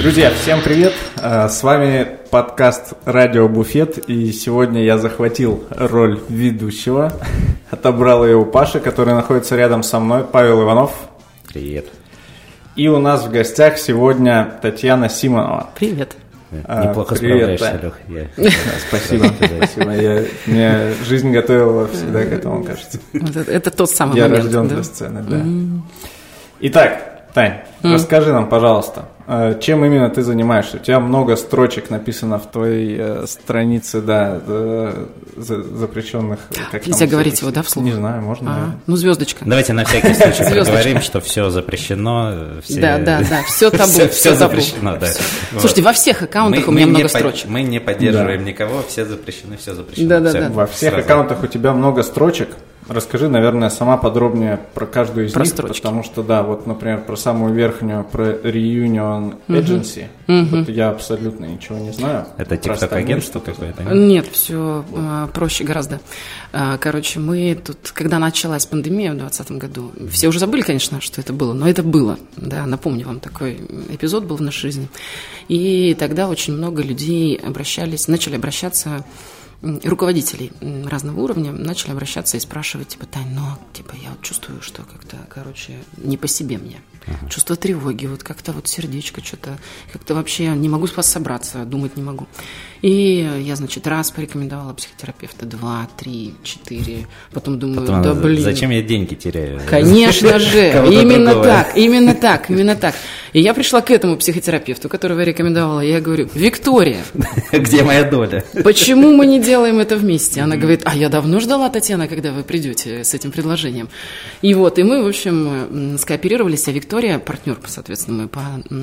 Друзья, всем привет! С вами подкаст «Радио Буфет», и сегодня я захватил роль ведущего, отобрал ее у Паши, который находится рядом со мной, Павел Иванов. Привет. И у нас в гостях сегодня Татьяна Симонова. Привет. Неплохо справляешься, Лех. Спасибо. Меня жизнь готовила всегда к этому, кажется. Это тот самый я момент. Я рожден для сцены, да. Итак, Тань, расскажи нам, пожалуйста, чем именно ты занимаешься? У тебя много строчек написано в твоей странице, да, запрещенных. Нельзя говорить его, да, вслух? Не знаю, можно. Ну, звездочка. Давайте на всякий случай проговорим, что все запрещено. Да, все табу. Все запрещено, да. Слушайте, во всех аккаунтах у меня много строчек. Мы не поддерживаем никого, все запрещены, все запрещено. Да. Во всех аккаунтах у тебя много строчек. Расскажи, наверное, сама подробнее про каждую из них, строчки. Потому что, да, вот, например, про самую верхнюю, про Reunion Agency, вот я абсолютно ничего не знаю. Это типа агентство какое-то? Нет, все проще гораздо. Короче, мы тут, когда началась пандемия в 2020 году, все уже забыли, конечно, что это было, но это было. Да, напомню вам, такой эпизод был в нашей жизни. И тогда очень много людей начали обращаться, руководителей разного уровня начали обращаться и спрашивать, типа, Тань, я вот чувствую, что как-то, не по себе мне. Чувство тревоги, вот как-то вот сердечко что-то, как-то вообще не могу собраться, думать не могу. И я, раз порекомендовала психотерапевта, 2, 3, 4, потом думаю, зачем я деньги теряю? Конечно же, именно так. И я пришла к этому психотерапевту, которого я рекомендовала, и я говорю, Виктория, где моя доля? Почему мы не делаем это вместе? Она говорит, я давно ждала, Татьяна, когда вы придете с этим предложением. И мы, в общем, скооперировались, а Виктория, партнер, соответственно, мы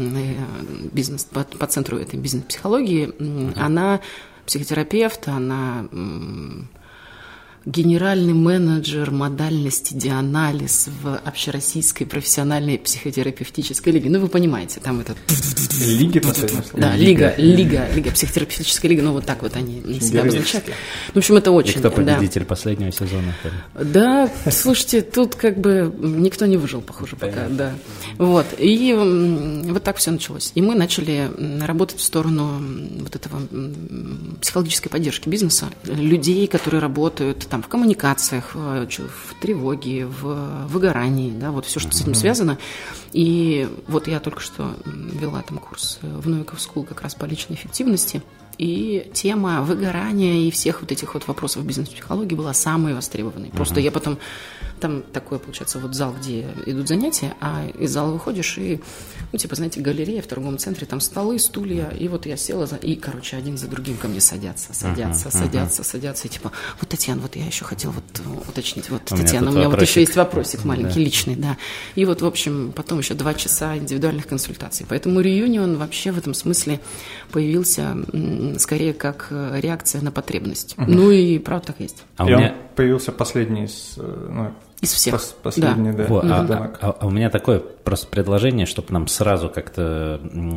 по центру этой бизнес-психологии, она психотерапевт, она генеральный менеджер модальности дианализ в Общероссийской профессиональной психотерапевтической лиге. Вы понимаете, там этот... Лиги, последнее слово? Да, лига, психотерапевтическая лига, вот так вот они себя обозначают. В общем, это очень... И кто победитель последнего сезона? Да, слушайте, тут никто не выжил, похоже, пока, да. Вот, и вот так все началось. И мы начали работать в сторону вот этого психологической поддержки бизнеса, людей, которые работают в коммуникациях, в тревоге, в выгорании, да, вот все, что с этим связано. И вот я только что вела там курс в Новиков School как раз по личной эффективности, и тема выгорания и всех вот этих вот вопросов бизнес-психологии была самой востребованной. Просто я потом, там такой, получается, вот зал, где идут занятия, а из зала выходишь и, знаете, галерея в торговом центре, там столы, стулья, и вот я села, и, один за другим ко мне садятся, и типа, вот, Татьяна, вот я еще хотела уточнить, вот, Татьяна, у меня вот еще есть вопросик маленький, личный, да. И вот, в общем, потом еще 2 часа индивидуальных консультаций. Поэтому Reunion вообще в этом смысле появился скорее как реакция на потребность. И правда так есть. У меня появился последний из всех. Последний, да. А у меня такое просто предложение, чтобы нам сразу как-то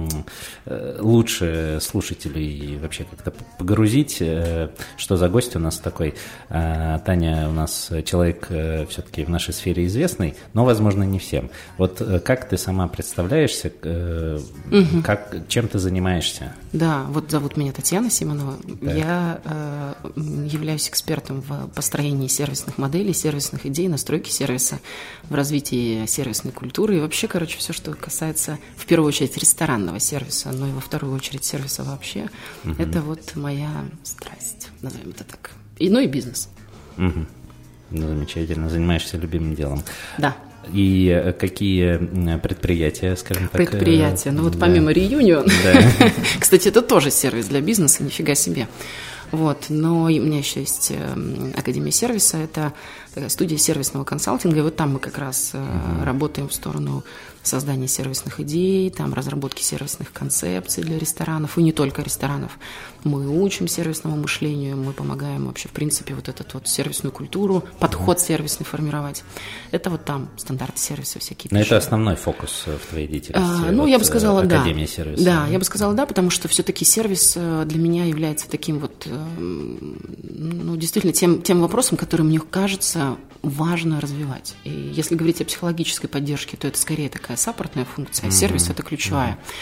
лучше слушателей и вообще как-то погрузить, что за гость у нас такой. Таня у нас человек все-таки в нашей сфере известный, но, возможно, не всем. Вот как ты сама представляешься, чем ты занимаешься? Да, вот зовут меня Татьяна Симонова. Да. Я являюсь экспертом в построении сервисных моделей, сервисных идей, настройки сервиса, в развитии сервисной культуры и вообще, все, что касается, в первую очередь, ресторанного сервиса, но и во вторую очередь сервиса вообще, это вот моя страсть, назовем это так. И бизнес. Замечательно, занимаешься любимым делом. Да. И какие предприятия, скажем так? Предприятия, помимо Reunion, кстати, это тоже сервис для бизнеса, нифига себе. Вот, но у меня еще есть Академия сервиса, это студия сервисного консалтинга, и вот там мы как раз работаем в сторону создания сервисных идей, там разработки сервисных концепций для ресторанов, и не только ресторанов. Мы учим сервисному мышлению, мы помогаем вообще, в принципе, вот эту вот сервисную культуру, подход сервисный формировать. Это вот там стандарты сервиса всякие. Но это основной фокус в твоей деятельности? Я бы сказала, да. Академия сервиса. Да, я бы сказала, да, потому что все-таки сервис для меня является таким вот, действительно, тем вопросом, который, мне кажется, важно развивать. И если говорить о психологической поддержке, то это скорее такая саппортная функция, а сервис – это ключевая.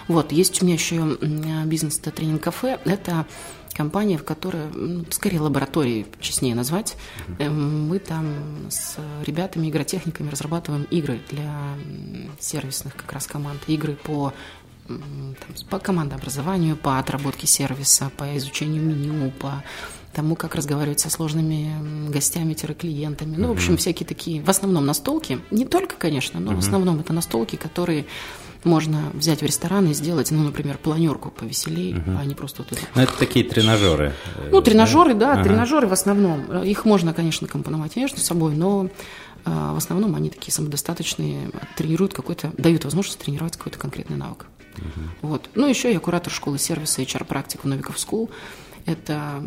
Вот, есть у меня еще бизнес «Это тренинг-кафе». Это компания, в которой, скорее, лабораторией, честнее назвать. Мы там с ребятами, игротехниками разрабатываем игры для сервисных как раз команд. Игры по командообразованию, по отработке сервиса, по изучению меню, по тому, как разговаривать со сложными гостями-клиентами. Ну, в общем, всякие такие, в основном настолки. Не только, конечно, но в основном это настолки, которые можно взять в ресторан и сделать, например, планерку повеселее, а не просто вот это. Ну, это такие тренажеры. Тренажеры, да, тренажеры в основном. Их можно, конечно, компоновать между собой, но в основном они такие самодостаточные, тренируют дают возможность тренировать какой-то конкретный навык. Вот. Ну, еще я куратор школы сервиса HR-практик в Новиков School. Это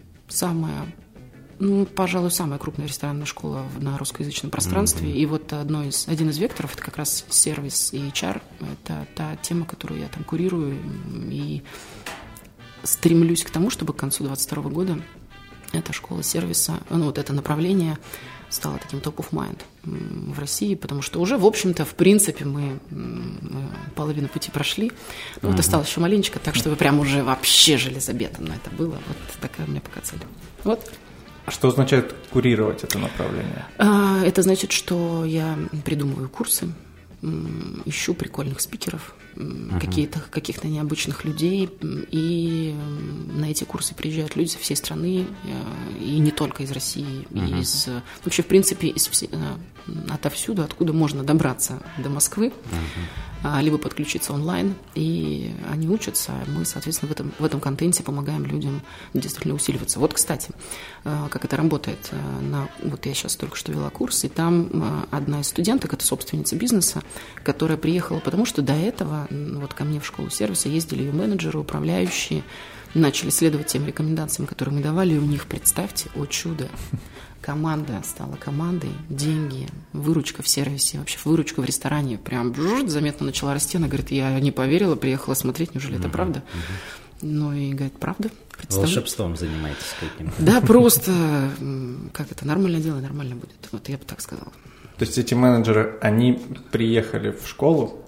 пожалуй, самая крупная ресторанная школа на русскоязычном пространстве. И вот один из векторов – это как раз сервис и HR. Это та тема, которую я там курирую и стремлюсь к тому, чтобы к концу 2022 года эта школа сервиса, это направление стало таким top of mind в России, потому что уже, в общем-то, в принципе, мы половину пути прошли. Вот осталось еще маленечко, так чтобы прям уже вообще железобетонно это было. Вот такая у меня пока цель. Вот. А что означает курировать это направление? Это значит, что я придумываю курсы, ищу прикольных спикеров, каких-то необычных людей, и на эти курсы приезжают люди со всей страны, и не только из России, и вообще, в принципе, отовсюду, откуда можно добраться до Москвы, либо подключиться онлайн, и они учатся, мы, соответственно, в этом контенте помогаем людям действительно усиливаться. Вот, кстати, как это работает. Вот я сейчас только что вела курс, и там одна из студенток, это собственница бизнеса, которая приехала, потому что до этого вот ко мне в школу сервиса ездили ее менеджеры, управляющие, начали следовать тем рекомендациям, которые мы давали, и у них, представьте, о чудо, команда стала командой, деньги, выручка в сервисе, вообще выручка в ресторане прям заметно начала расти. Она говорит, я не поверила, приехала смотреть, неужели это правда? Ну и говорит, правда. Волшебством занимаетесь каким-то. Да, просто, как это, нормальное дело, нормально будет. Вот я бы так сказала. То есть эти менеджеры, они приехали в школу,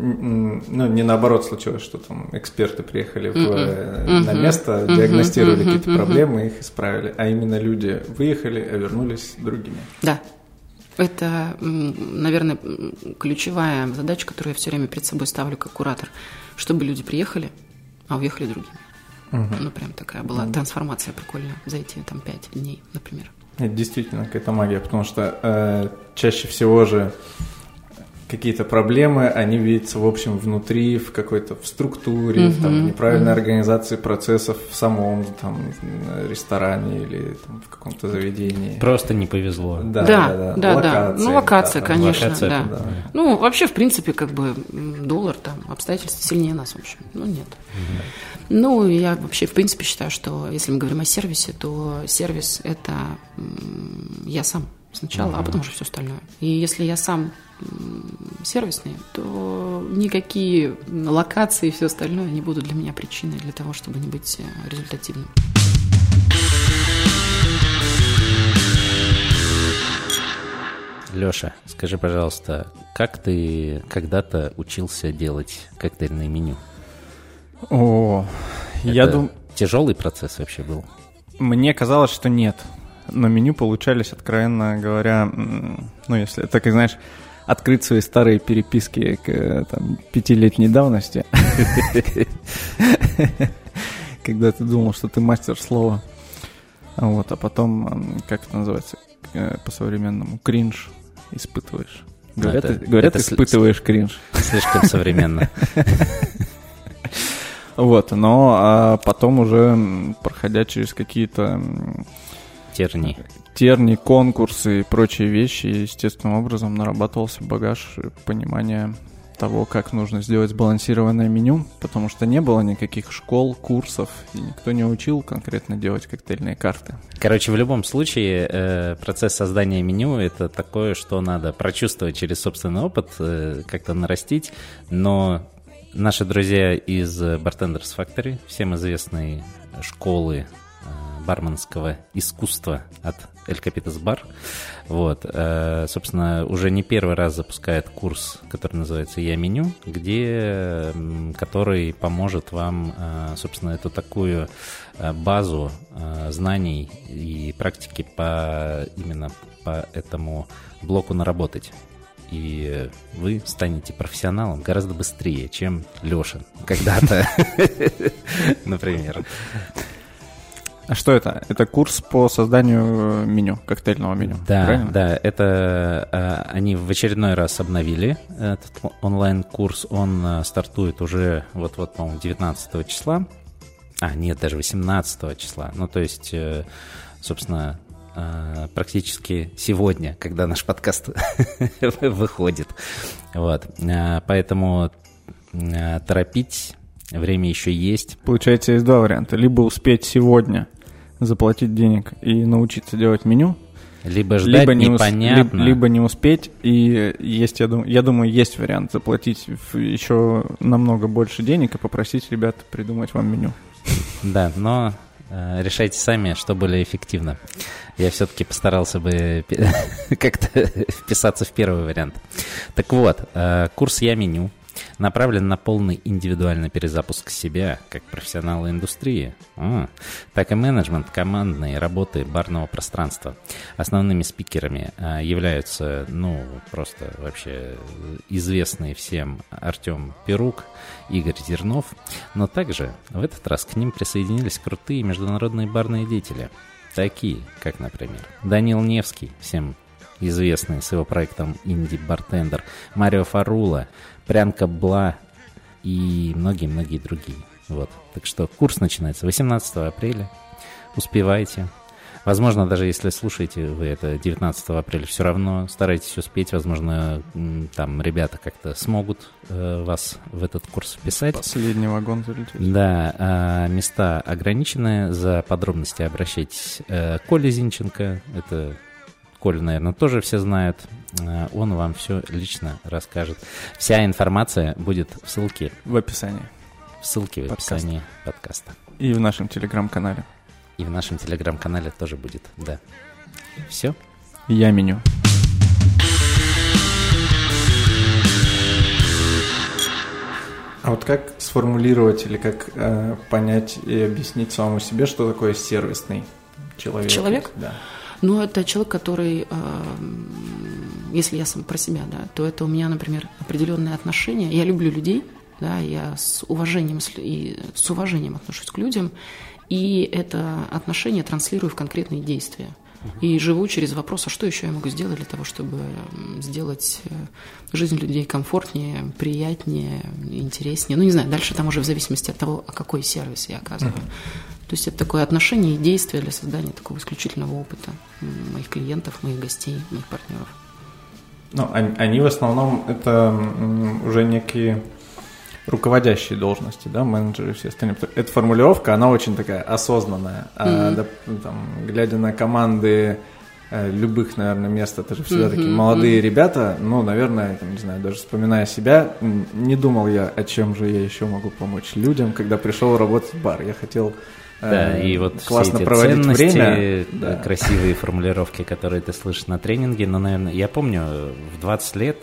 не наоборот случилось, что там эксперты приехали на место, диагностировали какие-то проблемы, их исправили, а именно люди выехали, а вернулись другими. Да. Это, наверное, ключевая задача, которую я все время перед собой ставлю как куратор, чтобы люди приехали, а уехали другими. Прям такая была трансформация прикольная за эти 5 дней, например. Это действительно какая-то магия, потому что чаще всего же какие-то проблемы, они видятся, в общем, внутри, в какой-то в структуре, в неправильной организации процессов в самом ресторане или в каком-то заведении. Просто не повезло. Да. Локация, конечно, локация, да. Вообще, в принципе, доллар, обстоятельства сильнее нас, в общем. Нет. Я вообще, в принципе, считаю, что если мы говорим о сервисе, то сервис – это я сам сначала, а потом уже все остальное. И если я сам сервисный, то никакие локации и все остальное не будут для меня причиной для того, чтобы не быть результативным. Леша, скажи, пожалуйста, как ты когда-то учился делать коктейльное меню? Я думаю... Тяжелый процесс вообще был? Мне казалось, что нет. Но меню получались, откровенно говоря, если так и знаешь, открыть свои старые переписки к 5-летней давности, когда ты думал, что ты мастер слова, а потом, как это называется по-современному, кринж испытываешь. Говорят, испытываешь кринж. Слишком современно. Но потом уже, проходя через какие-то терни, конкурсы и прочие вещи, естественным образом нарабатывался багаж понимания того, как нужно сделать сбалансированное меню, потому что не было никаких школ, курсов, и никто не учил конкретно делать коктейльные карты. Короче, в любом случае, процесс создания меню – это такое, что надо прочувствовать через собственный опыт, как-то нарастить, но наши друзья из Bartenders Factory, всем известной школы барменского искусства от El Capitas Bar. Вот. Собственно, уже не первый раз запускает курс, который называется «Я меню», который поможет вам, собственно, эту такую базу знаний и практики именно по этому блоку наработать. И вы станете профессионалом гораздо быстрее, чем Леша когда-то, например. А что это? Это курс по созданию меню, коктейльного меню. Да, правильно? да. Это они в очередной раз обновили этот онлайн-курс. Он стартует уже вот, по-моему, 19 числа. Нет, даже 18 числа. Ну, то есть, собственно, практически сегодня, когда наш подкаст выходит. Вот. Поэтому торопить, время еще есть. Получается, есть два варианта. Либо успеть сегодня заплатить денег и научиться делать меню, либо ждать непонятно. Либо не успеть, и есть, я думаю, есть вариант заплатить еще намного больше денег и попросить ребят придумать вам меню. Да, но решайте сами, что более эффективно. Я все-таки постарался бы как-то вписаться в первый вариант. Так вот, курс «Я меню» направлен на полный индивидуальный перезапуск себя как профессионала индустрии, так и менеджмент командной работы барного пространства. Основными спикерами являются, просто вообще известные всем Артем Перук, Игорь Зернов, но также в этот раз к ним присоединились крутые международные барные деятели, такие, как, например, Данил Невский, всем известный с его проектом «Инди-бартендер», Марио Фарула, Прянка Бла и многие-многие другие. Вот. Так что курс начинается 18 апреля. Успевайте. Возможно, даже если слушаете вы это 19 апреля, все равно старайтесь успеть. Возможно, там ребята как-то смогут вас в этот курс вписать. Последний вагон залететь. Да, места ограничены. За подробности обращайтесь к Коле Зинченко. Это Колю, наверное, тоже все знают. Он вам все лично расскажет. Вся информация будет в ссылке в описании. В описании подкаста. И в нашем телеграм-канале. И в нашем телеграм-канале тоже будет, да. Все? Я меню. А вот как сформулировать или как понять и объяснить самому себе, что такое сервисный человек? Человек? Да. Это человек, который, если я сам про себя, да, то это у меня, например, определенные отношения. Я люблю людей, да, я с уважением отношусь к людям, и это отношение транслирую в конкретные действия. И живу через вопрос, а что еще я могу сделать для того, чтобы сделать жизнь людей комфортнее, приятнее, интереснее. Не знаю, дальше там уже в зависимости от того, какой сервис я оказываю. То есть это такое отношение и действие для создания такого исключительного опыта моих клиентов, моих гостей, моих партнеров. Они в основном это уже некие руководящие должности, да, менеджеры и все остальные. Эта формулировка, она очень такая осознанная. Глядя на команды любых, наверное, мест, это же всегда такие молодые ребята, наверное, не знаю, даже вспоминая себя, не думал я, о чем же я еще могу помочь людям, когда пришел работать в бар. Я хотел и вот классно все эти проводить ценности, время. Красивые формулировки, которые ты слышишь на тренинге, наверное, я помню, в 20 лет,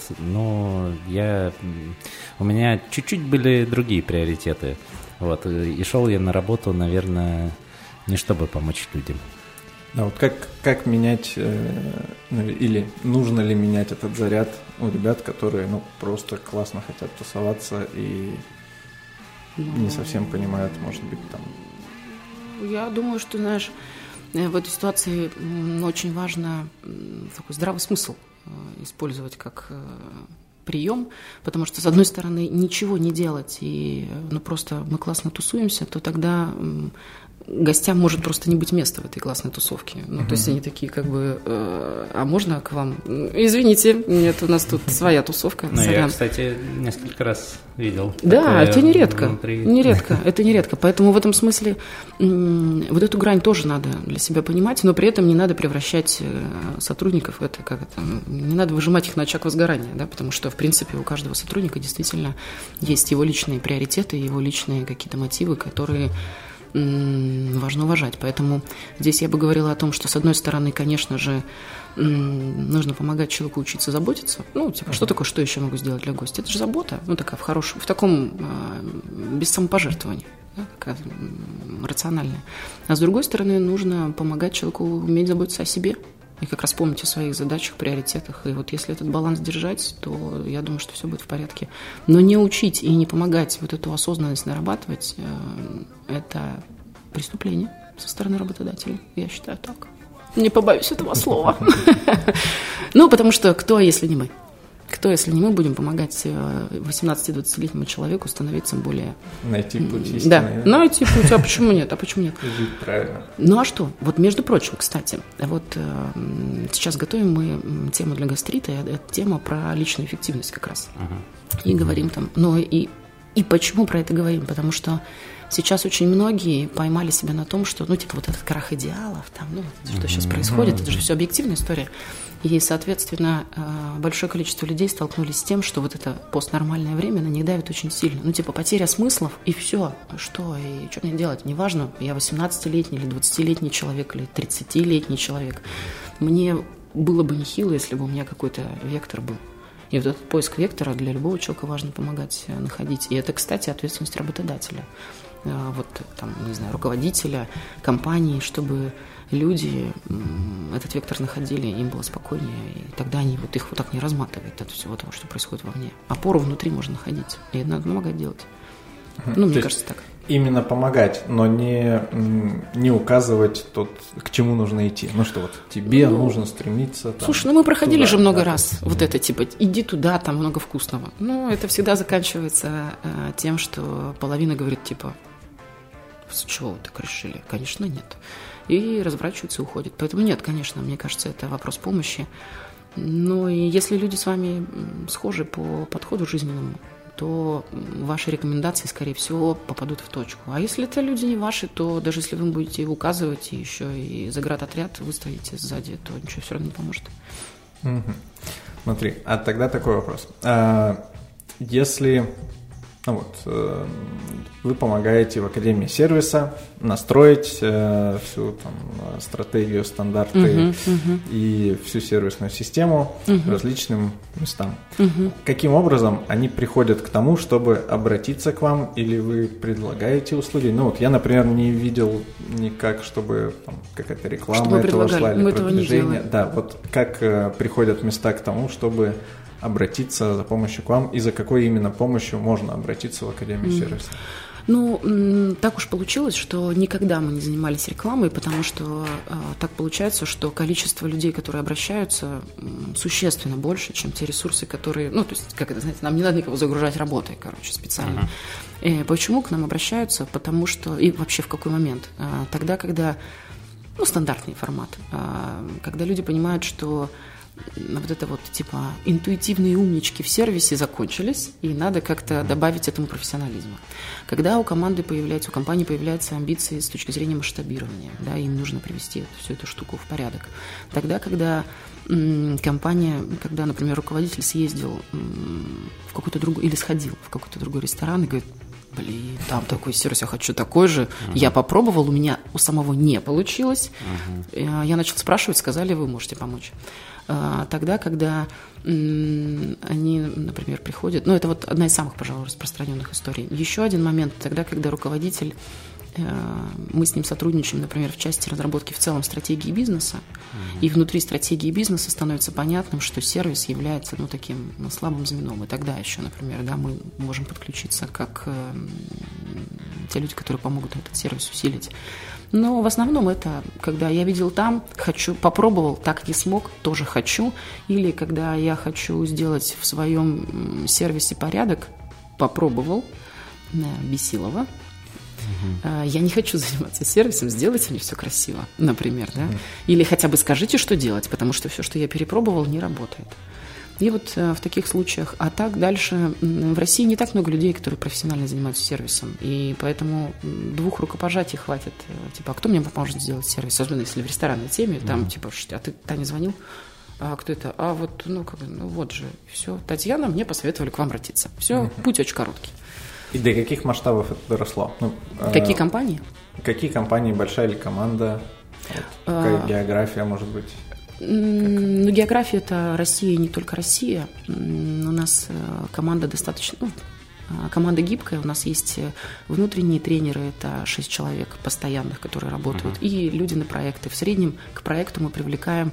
у меня чуть-чуть были другие приоритеты. Вот, и шел я на работу, наверное, не чтобы помочь людям. Да, вот как менять, или нужно ли менять этот заряд у ребят, которые, просто классно хотят тусоваться и не совсем понимают, может быть, там... Я думаю, что, знаешь, в этой ситуации очень важно такой здравый смысл использовать как прием, потому что, с одной стороны, ничего не делать, и просто мы классно тусуемся, то тогда гостям может просто не быть места в этой классной тусовке. То есть они такие а можно к вам? Извините, нет, у нас тут своя тусовка. Я, кстати, несколько раз видел. Да, это нередко. Внутри... Это нередко. Поэтому в этом смысле вот эту грань тоже надо для себя понимать, но при этом не надо превращать сотрудников в это, не надо выжимать их на очаг возгорания, да, потому что, в принципе, у каждого сотрудника действительно есть его личные приоритеты, его личные какие-то мотивы, которые важно уважать. Поэтому здесь я бы говорила о том, что, с одной стороны, конечно же, нужно помогать человеку учиться заботиться. Ну, типа, что такое, что еще могу сделать для гостя? Это же забота, ну, такая в таком, без самопожертвования, да, такая рациональная. А с другой стороны, нужно помогать человеку уметь заботиться о себе и как раз помнить о своих задачах, приоритетах. И вот если этот баланс держать, то я думаю, что все будет в порядке. Но не учить и не помогать вот эту осознанность нарабатывать, это преступление со стороны работодателя. Я считаю так. Не побоюсь этого слова. Ну, потому что кто, если не мы? Кто, если не мы, будем помогать 18-20-летнему человеку становиться более... Найти путь истины. Да, найти путь. А почему нет? Жить правильно. Ну, а что? Вот, между прочим, кстати, вот сейчас готовим мы тему для гастрита, это тема про личную эффективность как раз. И говорим там... Ну, и почему про это говорим? Потому что сейчас очень многие поймали себя на том, что, ну, типа, вот этот крах идеалов, там, ну, что сейчас происходит, это же все объективная история. И, соответственно, большое количество людей столкнулись с тем, что вот это постнормальное время на них давит очень сильно. Ну, типа, потеря смыслов, и все. Что? И что мне делать? Неважно, я 18-летний или 20-летний человек, или 30-летний человек. Мне было бы нехило, если бы у меня какой-то вектор был. И вот этот поиск вектора для любого человека важно помогать находить. И это, кстати, ответственность работодателя. Вот там, не знаю, руководителя компании, чтобы люди этот вектор находили, им было спокойнее, и тогда они вот их вот так не разматывают от всего того, что происходит вовне. Опору внутри можно находить, и это надо помогать делать. Ну, мне кажется, так. Именно помогать, но не указывать к чему нужно идти. Ну что, вот тебе нужно стремиться. Там, слушай, мы проходили туда, же много раз вот это, типа, иди туда, там много вкусного. Ну, это всегда заканчивается тем, что половина говорит, типа, с чего вы так решили? Конечно, нет. И разворачиваются и уходят. Поэтому нет, конечно, мне кажется, это вопрос помощи. Но и если люди с вами схожи по подходу жизненному, то ваши рекомендации, скорее всего, попадут в точку. А если это люди не ваши, то даже если вы будете указывать и еще и заградотряд выставите сзади, то ничего все равно не поможет. Смотри, а тогда такой вопрос. Если вы помогаете в Академии сервиса настроить всю там стратегию, стандарты и всю сервисную систему различным местам. Каким образом они приходят к тому, чтобы обратиться к вам, или вы предлагаете услуги? Ну вот я, например, не видел никак, чтобы там, какая-то реклама этого шла или продвижение. Да, вот как приходят места к тому, чтобы обратиться за помощью к вам, и за какой именно помощью можно обратиться в Академию сервиса? Ну, так уж получилось, что никогда мы не занимались рекламой, потому что так получается, что количество людей, которые обращаются, существенно больше, чем те ресурсы, которые... Ну, то есть, как это, знаете, нам не надо никого загружать работой, специально. Почему к нам обращаются? Потому что... И вообще в какой момент? Тогда, когда... Ну, стандартный формат. Когда люди понимают, что вот это вот типа интуитивные умнички в сервисе закончились, и надо как-то добавить этому профессионализма. Когда у компании появляются амбиции с точки зрения масштабирования, да, им нужно привести всю эту штуку в порядок. Тогда, когда компания, когда, например, руководитель съездил в какой-то другой, или сходил в какой-то другой ресторан и говорит: блин, там такой сервис, я хочу такой же. Я попробовал, у меня у самого не получилось. Я начал спрашивать, сказали, вы можете помочь. Тогда, когда они, например, приходят... Ну, это вот одна из самых, пожалуй, распространенных историй. Еще один момент, тогда, когда руководитель... Мы с ним сотрудничаем, например, в части разработки в целом стратегии бизнеса, и внутри стратегии бизнеса становится понятным, что сервис является, ну, таким слабым звеном. И тогда еще, например, да, мы можем подключиться как те люди, которые помогут этот сервис усилить. Но в основном это, когда я видел там, хочу, попробовал, так не смог, тоже хочу. Или когда я хочу сделать в своем сервисе порядок, попробовал, бесилово. Я не хочу заниматься сервисом, сделайте мне все красиво, например, да? Или хотя бы скажите, что делать, потому что все, что я перепробовал, не работает. И вот в таких случаях. А так дальше в России не так много людей, которые профессионально занимаются сервисом. И поэтому 2 рукопожатий хватит. Типа, а кто мне поможет сделать сервис? Особенно если в ресторанной теме, там типа, а ты, Таня, звонил? А кто это? А вот, вот же, все. Татьяна, мне посоветовали к вам обратиться. Все, путь очень короткий. И до каких масштабов это доросло? Какие компании? Какие компании, большая или команда? Какая география, может быть? Ну, география – это Россия, не только Россия. У нас команда достаточно… команда гибкая, у нас есть внутренние тренеры, это 6 человек постоянных, которые работают, и люди на проекты. В среднем к проекту мы привлекаем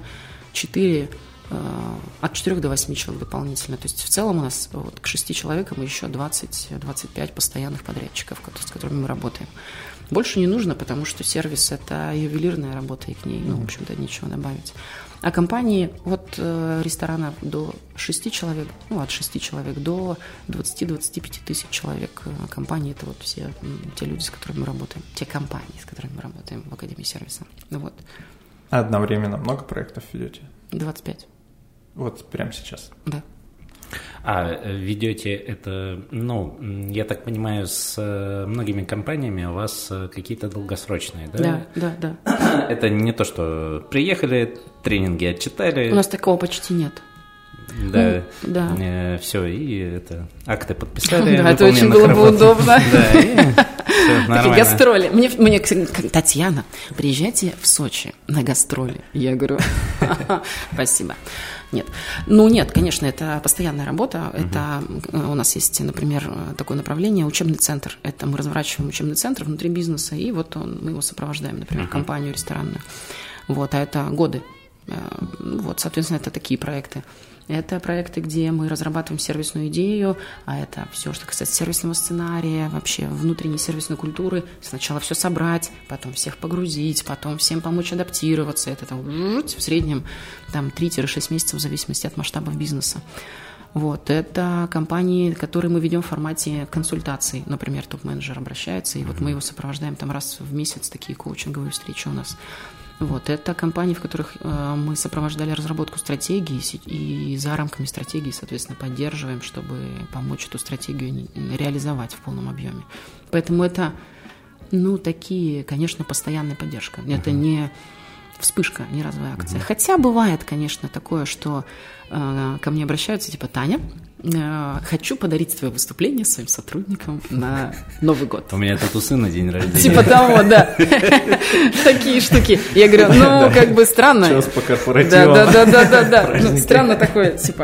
от 4 до 8 человек дополнительно. То есть в целом у нас к 6 человекам еще 20-25 постоянных подрядчиков, с которыми мы работаем. Больше не нужно, потому что сервис – это ювелирная работа, и к ней, в общем-то, нечего добавить. А компании от ресторана до 6 человек, от 6 человек до 20-25 тысяч человек компании – это вот все те люди, с которыми мы работаем, те компании, с которыми мы работаем в Академии сервиса. Вот. А одновременно много проектов ведете? 25. Вот прямо сейчас? Да. А ведете это, я так понимаю, с многими компаниями у вас какие-то долгосрочные, да? Да. Это не то, что приехали, тренинги отчитали. У нас такого почти нет. Да, да. Все, и это акты подписали. Да, это очень было бы удобно. Да, и все нормально. Такие гастроли. Мне, Татьяна, приезжайте в Сочи на гастроли. Я говорю, спасибо. Нет. Нет, конечно, это постоянная работа. Это у нас есть, например, такое направление учебный центр. Это мы разворачиваем учебный центр внутри бизнеса, и вот мы его сопровождаем, например, компанию ресторанную. Вот, а это годы. Вот, соответственно, это такие проекты. Это проекты, где мы разрабатываем сервисную идею, а это все, что касается сервисного сценария, вообще внутренней сервисной культуры. Сначала все собрать, потом всех погрузить, потом всем помочь адаптироваться. Это в среднем 3-6 месяцев в зависимости от масштабов бизнеса. Вот, это компании, которые мы ведем в формате консультаций. Например, топ-менеджер обращается, и вот мы его сопровождаем раз в месяц, такие коучинговые встречи у нас. Вот, это компании, в которых мы сопровождали разработку стратегии, и за рамками стратегии, соответственно, поддерживаем, чтобы помочь эту стратегию реализовать в полном объеме. Поэтому это, такие, конечно, постоянная поддержка. Это не вспышка, не разовая акция. Хотя бывает, конечно, такое, что ко мне обращаются, типа, Таня, хочу подарить твое выступление своим сотрудникам на Новый год. У меня тут у сына день рождения. Типа того, да. Такие штуки. Я говорю, странно. Час по корпоративам. Да. Странно такое, типа,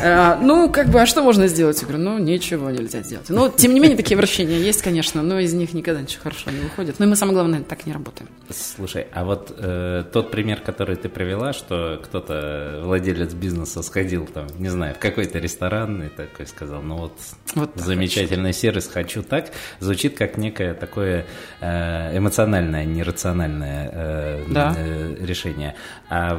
а что можно сделать? Я говорю, ничего нельзя сделать. Но, тем не менее, такие обращения есть, конечно, но из них никогда ничего хорошего не выходит. И мы, самое главное, так не работаем. Слушай, а вот тот пример, который ты привела, что кто-то, владелец бизнеса, сходил не знаю, в какой-то ресторан, и такой сказал, вот замечательный сервис, хочу так, звучит как некое такое эмоциональное, нерациональное решение. А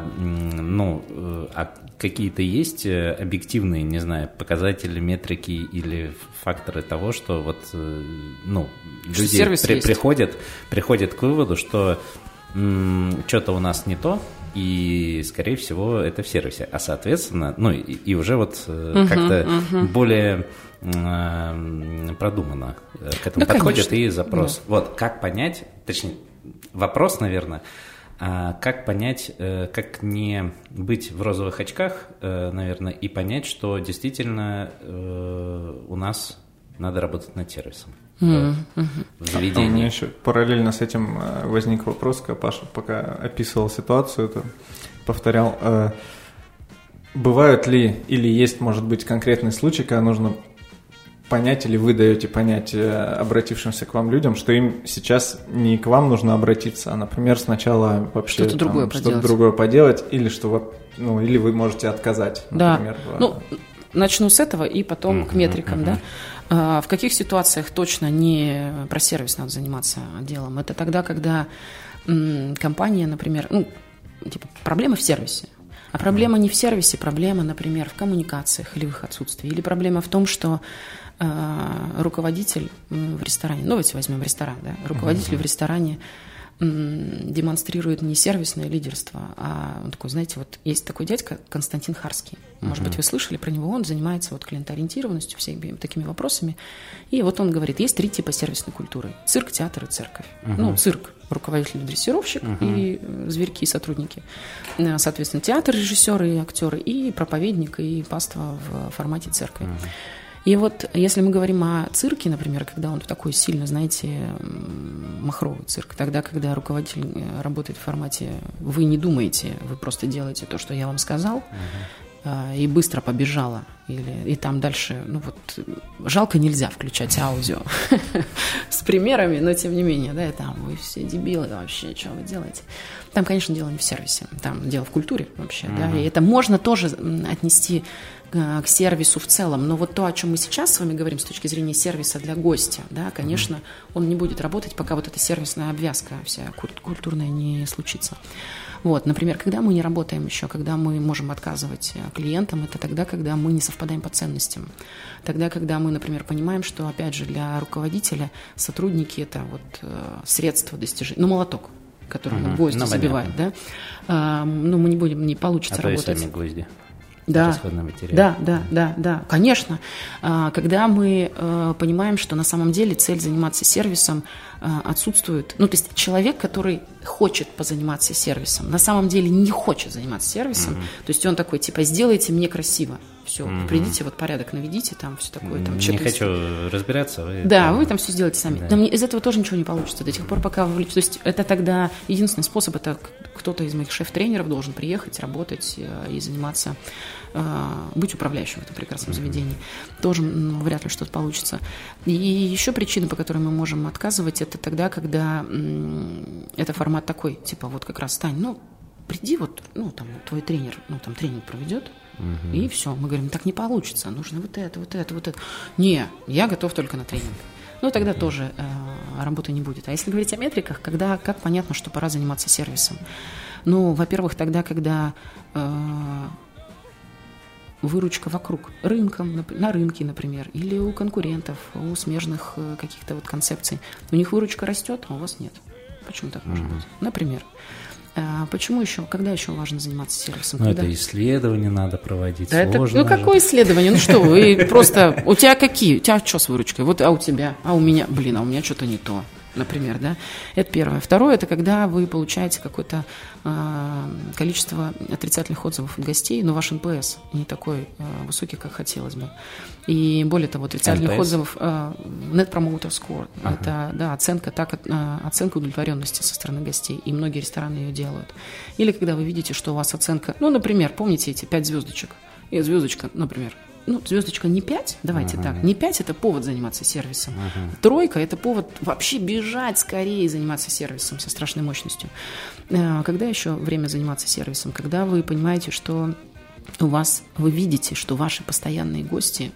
какие-то есть объективные, не знаю, показатели, метрики или факторы того, что люди приходят к выводу, что что-то у нас не то, и, скорее всего, это в сервисе. А, соответственно, и уже как-то более продуманно к этому подходит, конечно. И запрос. Да. Вот, как понять, точнее, вопрос, наверное, как понять, как не быть в розовых очках, наверное, и понять, что действительно у нас надо работать над сервисом. В заведении. У меня еще параллельно с этим возник вопрос, когда Паша пока описывал ситуацию, это повторял, бывают ли или есть, может быть, конкретный случай, когда нужно понять или вы даете понять обратившимся к вам людям, что им сейчас не к вам нужно обратиться, а, например, сначала вообще что-то другое поделать, или что или вы можете отказать, например. Да. Начну с этого и потом к метрикам, да. В каких ситуациях точно не про сервис надо заниматься делом? Это тогда, когда компания, например, проблема в сервисе. А проблема не в сервисе, проблема, например, в коммуникациях или в их отсутствии. Или проблема в том, что руководитель в ресторане, давайте возьмем ресторан, да, руководитель в ресторане демонстрирует не сервисное лидерство, а он такой, знаете, есть такой дядька Константин Харский. Может быть, вы слышали про него, он занимается клиентоориентированностью, всеми такими вопросами. И он говорит, есть 3 типа сервисной культуры. Цирк, театр и церковь. Цирк – руководитель-дрессировщик и зверьки, сотрудники. Соответственно, театр – режиссеры и актеры, и проповедник, и паства в формате церкви. И вот если мы говорим о цирке, например, когда он такой сильно, знаете, махровый цирк, тогда, когда руководитель работает в формате «вы не думаете, вы просто делаете то, что я вам сказал», и быстро побежала, и там дальше, ну вот, жалко нельзя включать аудио с примерами, но тем не менее, да, и там вы все дебилы вообще, что вы делаете? Там, конечно, дело не в сервисе, там дело в культуре вообще, да, и это можно тоже отнести к сервису в целом, но вот то, о чем мы сейчас с вами говорим с точки зрения сервиса для гостя, да, конечно, он не будет работать, пока вот эта сервисная обвязка вся культурная не случится. Вот, например, когда мы не работаем еще, когда мы можем отказывать клиентам, это тогда, когда мы не совпадаем по ценностям. Тогда, когда мы, например, понимаем, что, опять же, для руководителя сотрудники – это вот средство достижения, ну, молоток, который гвозди забивает, да, ну, мы не будем, не получится работать. А то и сами гвозди. Да, да, конечно. Когда мы понимаем, что на самом деле цель заниматься сервисом отсутствует, ну, то есть человек, который хочет позаниматься сервисом, на самом деле не хочет заниматься сервисом, то есть он такой, типа, сделайте мне красиво, все, придите, вот порядок наведите, там все такое, там не хочу разбираться. Вы там все сделаете сами. Да. Из этого тоже ничего не получится до тех пор, пока вы... То есть это тогда единственный способ, это кто-то из моих шеф-тренеров должен приехать, работать и заниматься, быть управляющим в этом прекрасном заведении. Тоже вряд ли что-то получится. И еще причина, по которой мы можем отказывать, это тогда, когда это формат такой, типа, вот как раз, Тань, ну, приди, вот, ну, там, твой тренер, ну, там, тренинг проведет, и все. Мы говорим, так не получится, нужно вот это, вот это, вот это. Не, я готов только на тренинг. Ну, тогда тоже работы не будет. А если говорить о метриках, когда, как понятно, что пора заниматься сервисом? Ну, во-первых, тогда, когда выручка вокруг рынком, на рынке, например, или у конкурентов, у смежных каких-то вот концепций. У них выручка растет, а у вас нет. Почему так может быть? Например. Почему еще? Когда еще важно заниматься сервисом? Ну, это исследование надо проводить. Да, сложно. Ну, какое исследование? Ну что, вы просто... У тебя какие? У тебя что с выручкой? Вот, а у тебя? А у меня? Блин, а у меня что-то не то. Например, да? Это первое. Второе, это когда вы получаете какое-то количество отрицательных отзывов от гостей, но ваш НПС не такой высокий, как хотелось бы. И более того, отрицательных отзывов Net Promoter Score. Это, да, оценка удовлетворенности со стороны гостей. И многие рестораны ее делают. Или когда вы видите, что у вас оценка, ну, например, помните эти 5 звездочек? И звездочка, например, ну, звездочка не 5, давайте так, не 5 – это повод заниматься сервисом. 3 – это повод вообще бежать скорее и заниматься сервисом со страшной мощностью. Когда еще время заниматься сервисом? Когда вы понимаете, что вы видите, что ваши постоянные гости,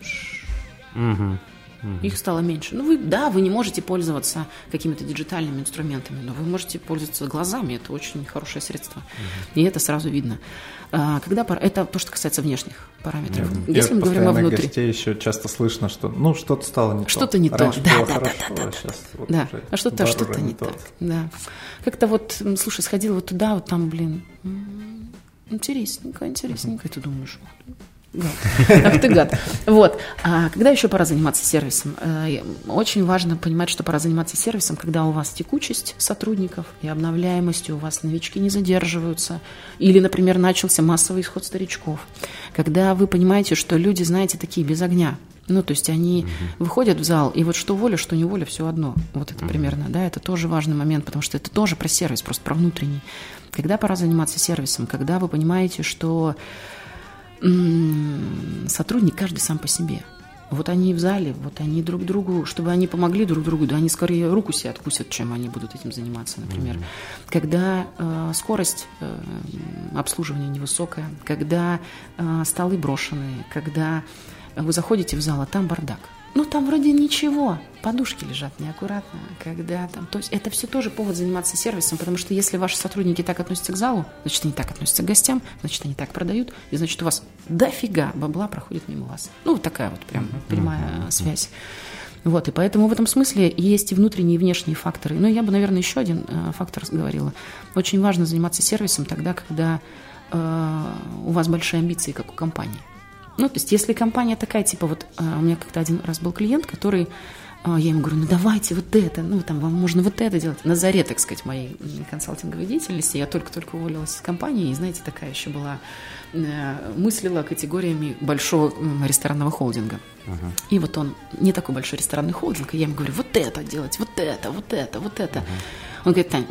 их стало меньше. Ну, вы не можете пользоваться какими-то диджитальными инструментами, но вы можете пользоваться глазами, это очень хорошее средство. И это сразу видно. Это то, что касается внешних параметров. Если мы говорим о внутри. Гостей еще часто слышно, что что-то стало не то. Что-то не Раньше то. было хорошо, а сейчас вот уже а что-то не так. Да. Как-то вот, слушай, сходила вот туда, вот там, блин, интересненько. И ты думаешь, ах ты гад. Вот. А когда еще пора заниматься сервисом? Очень важно понимать, что пора заниматься сервисом, когда у вас текучесть сотрудников и обновляемость, у вас новички не задерживаются, или, например, начался массовый исход старичков. Когда вы понимаете, что люди, знаете, такие без огня. Ну, то есть они выходят в зал, и вот что воля, что не воля, все одно. Вот это примерно, да, это тоже важный момент, потому что это тоже про сервис, просто про внутренний. Когда пора заниматься сервисом? Когда вы понимаете, что сотрудник каждый сам по себе. Вот они в зале, вот они друг другу, чтобы они помогли друг другу, да они скорее руку себе откусят, чем они будут этим заниматься, например. Когда скорость обслуживания невысокая, когда столы брошенные, когда вы заходите в зал, а там бардак. Ну, там вроде ничего, подушки лежат неаккуратно, когда там... То есть это все тоже повод заниматься сервисом, потому что если ваши сотрудники так относятся к залу, значит, они так относятся к гостям, значит, они так продают, и значит, у вас дофига бабла проходит мимо вас. Ну, вот такая вот прям прямая связь. Вот, и поэтому в этом смысле есть и внутренние, и внешние факторы. Ну, я бы, наверное, еще один фактор говорила. Очень важно заниматься сервисом тогда, когда у вас большие амбиции, как у компании. Ну, то есть, если компания такая, типа, вот у меня как-то один раз был клиент, который Я ему говорю, ну давайте вот это, ну там вам можно вот это делать. На заре, так сказать, моей консалтинговой деятельности я только-только уволилась из компании, и, знаете, такая еще была, мыслила категориями большого ресторанного холдинга. И вот он не такой большой ресторанный холдинг, и я ему говорю, вот это делать, вот это, вот это, вот это. Он говорит, Тань,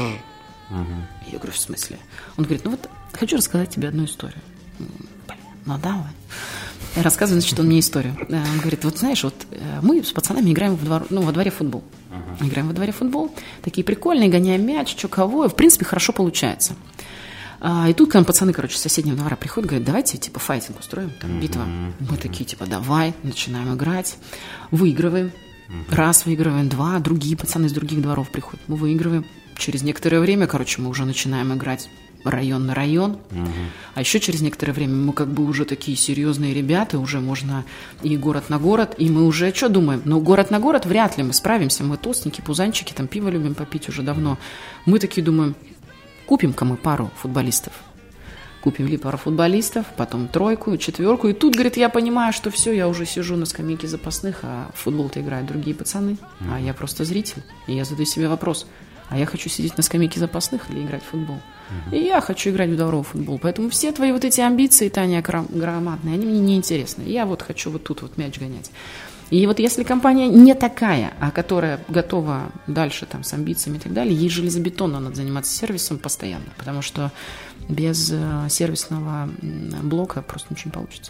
я говорю, в смысле? Он говорит, ну вот хочу рассказать тебе одну историю. Ну давай. Я рассказываю, значит, он мне историю. Он говорит, вот знаешь, вот мы с пацанами играем во дворе в футбол. Играем во дворе в футбол, такие прикольные, гоняем мяч, что кого, и в принципе хорошо получается. И тут к нам пацаны, короче, с соседнего двора приходят, говорят, давайте, типа, файтинг устроим, там, битва. Мы такие, типа, давай, начинаем играть, выигрываем. Раз выигрываем, два, другие пацаны из других дворов приходят, мы выигрываем. Через некоторое время, короче, мы уже начинаем играть район на район, а еще через некоторое время мы как бы уже такие серьезные ребята, уже можно и город на город, и мы уже что думаем? Ну, город на город вряд ли мы справимся, мы толстенькие, пузанчики, там пиво любим попить уже давно. Мы такие думаем, купим-ка мы пару футболистов. Купили пару футболистов, потом тройку, четверку, и тут, говорит, я понимаю, что все, я уже сижу на скамейке запасных, а в футбол-то играют другие пацаны, а я просто зритель, и я задаю себе вопрос, а я хочу сидеть на скамейке запасных или играть в футбол? И я хочу играть в дворовый футбол. Поэтому все твои вот эти амбиции, Таня, громадные, они мне не интересны. Я вот хочу вот тут вот мяч гонять. И вот если компания не такая, а которая готова дальше там с амбициями и так далее, ей железобетонно надо заниматься сервисом постоянно, потому что без сервисного блока просто ничего не получится.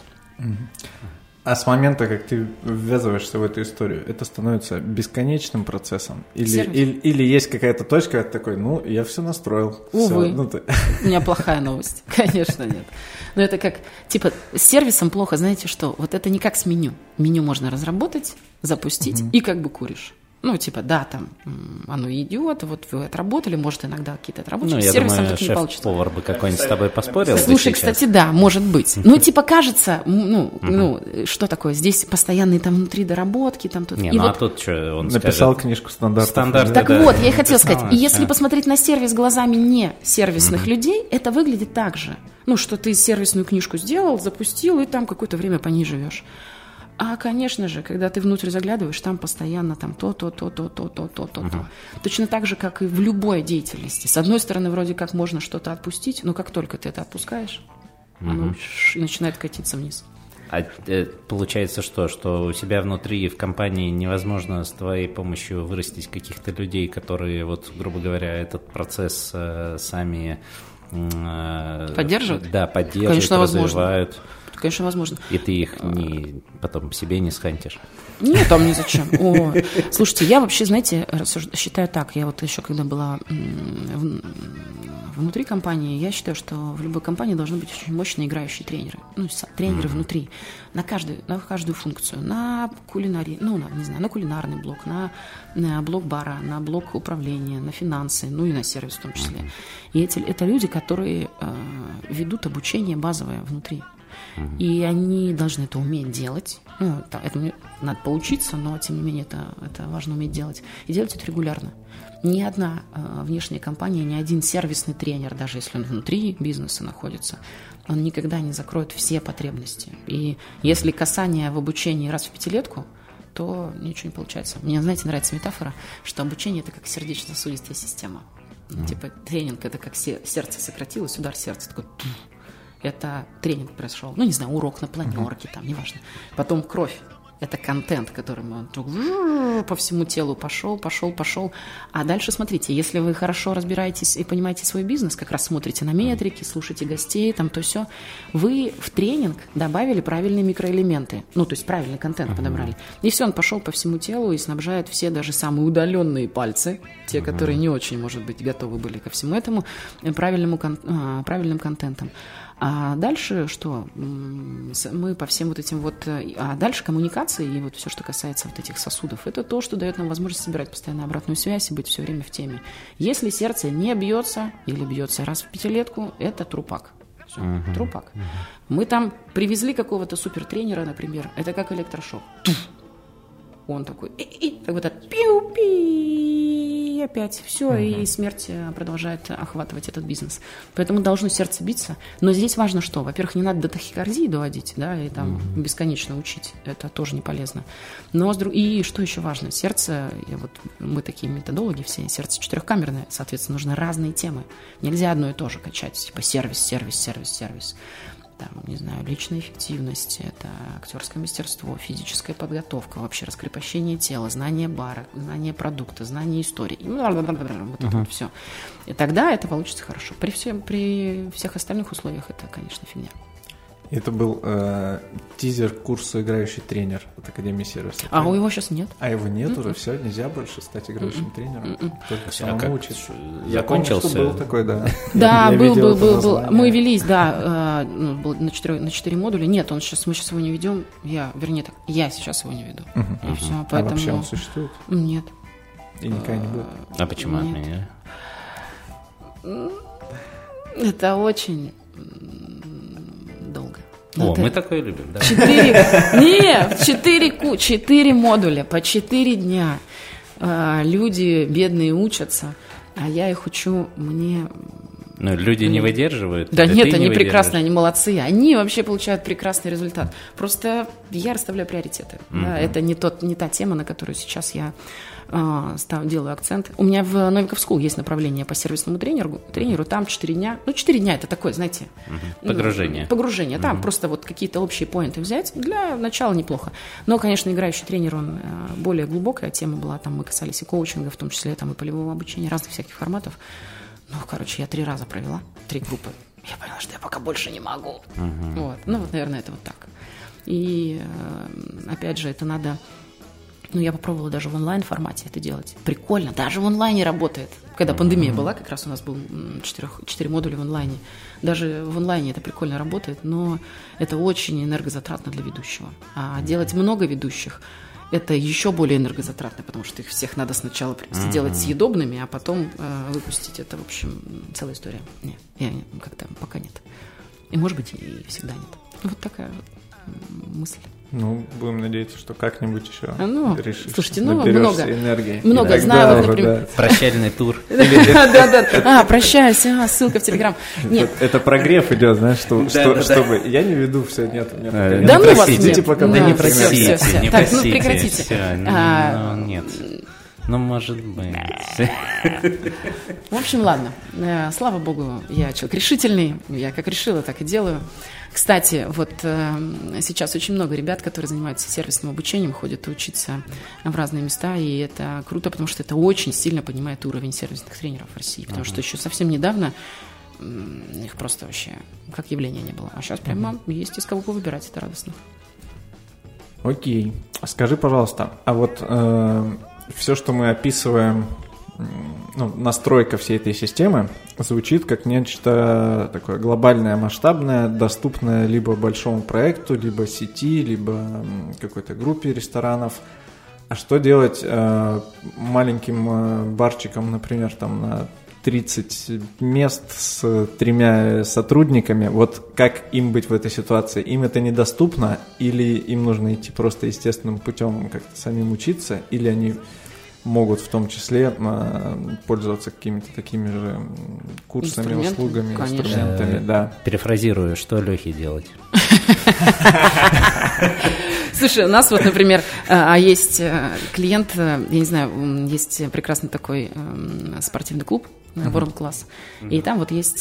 А с момента, как ты ввязываешься в эту историю, это становится бесконечным процессом? Или есть какая-то точка, такой, ну, я все настроил. Увы, все, у меня плохая новость. Конечно, нет. Но это как, типа, с сервисом плохо, знаете что, вот это не как с меню. Меню можно разработать, запустить и как бы куришь. Ну, типа, да, там, оно идет, вот вы отработали, может, иногда какие-то отработки. Ну, я думаю, шеф-повар бы какой-нибудь с тобой поспорил. Слушай, кстати, да, может быть. Ну, типа, кажется, ну, что такое, здесь постоянные там внутри доработки, там тут. Не, ну, а тут что, он написал книжку стандартов. Так вот, я и хотела сказать, и если посмотреть на сервис глазами не сервисных людей, это выглядит так же. Ну, что ты сервисную книжку сделал, запустил, и там какое-то время по ней живешь. А, конечно же, когда ты внутрь заглядываешь, там постоянно там то. Точно так же, как и в любой деятельности. С одной стороны, вроде как можно что-то отпустить, но как только ты это отпускаешь, оно начинает катиться вниз. А получается что у себя внутри в компании невозможно с твоей помощью вырастить каких-то людей, которые, вот, грубо говоря, этот процесс сами поддерживают? Да, поддерживают, конечно, развивают. Возможно. Конечно, возможно. И ты их потом себе не схантишь? Нет, там ни зачем. Слушайте, я вообще, знаете, считаю так. Я вот еще когда была внутри компании, я считаю, что в любой компании должны быть очень мощные играющие тренеры. Ну, тренеры внутри. На каждую функцию. На кулинарий, не знаю, на кулинарный блок, на блок бара, на блок управления, на финансы, ну и на сервис в том числе. И это люди, которые ведут обучение базовое внутри. И они должны это уметь делать. Ну, это надо поучиться, но, тем не менее, это важно уметь делать. И делать это регулярно. Ни одна внешняя компания, ни один сервисный тренер, даже если он внутри бизнеса находится, он никогда не закроет все потребности. И если касание в обучении раз в пятилетку, то ничего не получается. Мне, знаете, нравится метафора, что обучение – это как сердечно-сосудистая система. Типа тренинг – это как сердце сократилось, удар сердца такой... Это тренинг прошел, не знаю, урок на планерке, там, неважно. Потом кровь. Это контент, которым он по всему телу пошел. А дальше смотрите, если вы хорошо разбираетесь и понимаете свой бизнес, как раз смотрите на метрики, слушаете гостей, там то все, вы в тренинг добавили правильные микроэлементы, то есть правильный контент подобрали. И все, он пошел по всему телу и снабжает все, даже самые удаленные пальцы, те, которые не очень, может быть, готовы были ко всему этому, правильным контентом. А дальше что? Мы по всем вот этим А дальше коммуникации и вот все, что касается вот этих сосудов, это то, что дает нам возможность собирать постоянно обратную связь и быть все время в теме. Если сердце не бьется или бьется раз в пятилетку, это трупак. Все, трупак. Мы там привезли какого-то супертренера, например, это как электрошок. Он такой, как будто пиу-пи. и опять все, и смерть продолжает охватывать этот бизнес. Поэтому должно сердце биться. Но здесь важно что? Во-первых, не надо до тахикардии доводить, да, и там бесконечно учить. Это тоже не полезно. Но и что еще важно? Сердце, мы такие методологи все, сердце четырехкамерное, соответственно, нужны разные темы. Нельзя одно и то же качать, типа сервис. Там, не знаю, личная эффективность, это актерское мастерство, физическая подготовка, вообще раскрепощение тела, знание бара, знание продукта, знание истории. Вот это вот все. И тогда это получится хорошо. При всех остальных условиях это, конечно, фигня. Это был тизер курса «Играющий тренер» от Академии сервиса. А у его сейчас нет. А его нет уже? Все, нельзя больше стать играющим тренером? Только самому учиться. Закончился? Я помню, что был такой, да. Да, был. Мы велись, да, на 4 модуля. Нет, мы сейчас его не ведем. Я сейчас его не веду. И все, поэтому... А вообще он существует? Нет. И никогда не будет? А почему отменили? Это очень... долго. Мы такое любим, да? 4 модуля по 4 дня. Люди бедные учатся, а я их учу, люди не выдерживают. Да нет, они прекрасные, они молодцы. Они вообще получают прекрасный результат. Просто я расставляю приоритеты. Да, это не та тема, на которую сейчас я делаю акцент. У меня в Novikov School есть направление по сервисному тренеру, там 4 дня. 4 дня это такое, знаете... Погружение. Погружение, там просто вот какие-то общие поинты взять. Для начала неплохо. Но, конечно, играющий тренер, он более глубокая тема была. Там мы касались и коучинга, в том числе там и полевого обучения, разных всяких форматов. Я 3 раза провела, 3 группы. Я поняла, что я пока больше не могу. Наверное, это вот так. И, опять же, это надо... я попробовала даже в онлайн-формате это делать. Прикольно, даже в онлайне работает. Когда пандемия была, как раз у нас был 4 модуля в онлайне. Даже в онлайне это прикольно работает, но это очень энергозатратно для ведущего. А делать много ведущих – это еще более энергозатратно, потому что их всех надо сначала сделать съедобными, а потом выпустить. Это, в общем, целая история. Нет, как-то пока нет. И, может быть, и всегда нет. Вот такая вот мысль. Будем надеяться, что как-нибудь еще решишь. Слушайте, много энергии. Много знаю, например. Прощальный тур. Да. Прощаюсь, ссылка в Телеграм. Нет. Это прогрев идет, знаешь, чтобы... Я не веду, все, нет. Да ну вас нет. Да не просите, не Так, просите. прекратите. Нет. Может быть. В общем, ладно. Слава богу, я человек решительный. Я как решила, так и делаю. Кстати, сейчас очень много ребят, которые занимаются сервисным обучением, ходят учиться в разные места, и это круто, потому что это очень сильно поднимает уровень сервисных тренеров в России, потому что еще совсем недавно их просто вообще как явления не было. А сейчас прямо есть из кого выбирать, это радостно. Окей. Скажи, пожалуйста, все, что мы описываем, настройка всей этой системы звучит как нечто такое глобальное, масштабное, доступное либо большому проекту, либо сети, либо какой-то группе ресторанов. А что делать маленьким барчиком, например, там на 30 мест с 3 сотрудниками? Как им быть в этой ситуации? Им это недоступно, или им нужно идти просто естественным путем, как-то самим учиться, или они могут в том числе пользоваться какими-то такими же курсами, услугами, инструментами. Да. Перефразирую, что Лехе делать? Слушай, у нас например, есть клиент, я не знаю, есть прекрасный такой спортивный клуб World Class, и там есть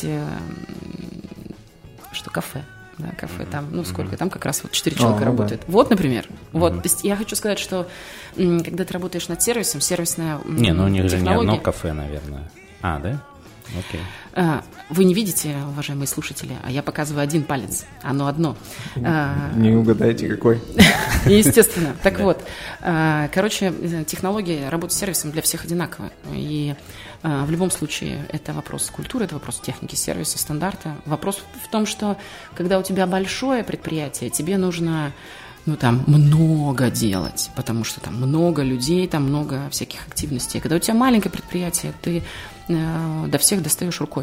кафе. Да, кафе там, сколько, там как раз 4 человека работают. Да. Например, то есть я хочу сказать, что когда ты работаешь над сервисом, сервисная у них же не одно кафе, наверное. Да? Окей. Вы не видите, уважаемые слушатели, а я показываю один палец, оно одно. Не угадайте, какой. Естественно. Так вот, технология работы с сервисом для всех одинаковая. И в любом случае это вопрос культуры, это вопрос техники сервиса, стандарта. Вопрос в том, что когда у тебя большое предприятие, тебе нужно много делать, потому что там много людей, там много всяких активностей. Когда у тебя маленькое предприятие, ты до всех достаешь рукой.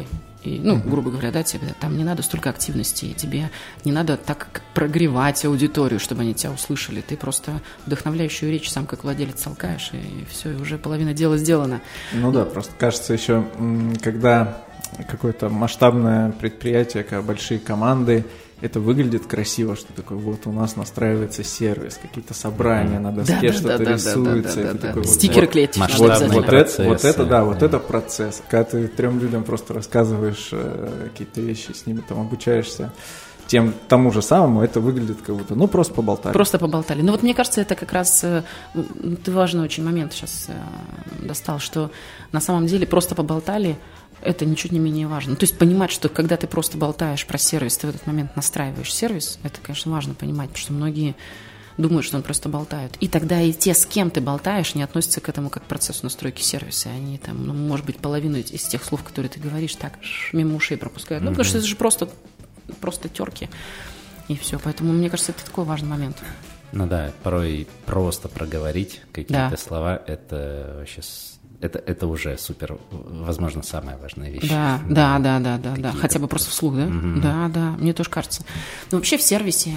И, грубо говоря, да, тебе там не надо столько активности, тебе не надо так прогревать аудиторию, чтобы они тебя услышали. Ты просто вдохновляющую речь сам как владелец толкаешь, и все, и уже половина дела сделана. Ну да, просто кажется еще, когда какое-то масштабное предприятие, когда большие команды, это выглядит красиво, что такое, вот у нас настраивается сервис, какие-то собрания на доске, что-то рисуется. Стикеры клеить. Вот это процесс. Когда ты 3 людям просто рассказываешь какие-то вещи, с ними там обучаешься, тому же самому это выглядит как будто, просто поболтали. Просто поболтали. Но вот мне кажется, это как раз ты важный очень момент сейчас достал, что на самом деле просто поболтали, это ничуть не менее важно. То есть понимать, что когда ты просто болтаешь про сервис, ты в этот момент настраиваешь сервис, это, конечно, важно понимать, потому что многие думают, что он просто болтают. И тогда и те, с кем ты болтаешь, не относятся к этому как к процессу настройки сервиса. Они там, может быть, половину из тех слов, которые ты говоришь, так мимо ушей пропускают. Потому что это же просто терки. И все. Поэтому, мне кажется, это такой важный момент. Ну да, порой просто проговорить какие-то слова, это вообще... Это уже супер, возможно, самая важная вещь. Да. Хотя бы просто вслух, да? Да, мне тоже кажется. Но вообще в сервисе,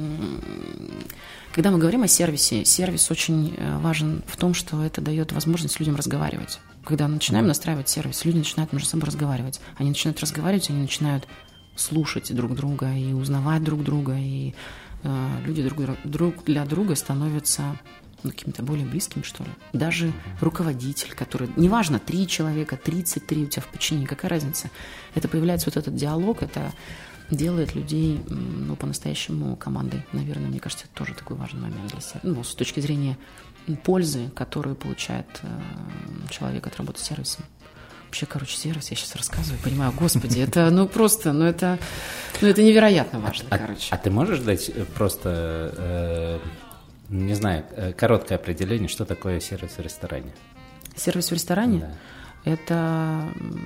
когда мы говорим о сервисе, сервис очень важен в том, что это дает возможность людям разговаривать. Когда мы начинаем настраивать сервис, люди начинают между собой разговаривать. Они начинают разговаривать, они начинают слушать друг друга и узнавать друг друга, и люди друг для друга становятся... каким-то более близким, что ли. Даже руководитель, который... Неважно, 3 человека, 33 у тебя в подчинении, какая разница? Это появляется вот этот диалог, это делает людей, по-настоящему командой. Наверное, мне кажется, это тоже такой важный момент для себя. С точки зрения пользы, которую получает человек от работы с сервисом. Вообще, сервис, я сейчас рассказываю, понимаю, господи, это, это невероятно важно, А ты можешь дать просто... не знаю, короткое определение, что такое сервис в ресторане? Сервис в ресторане? Да. Это...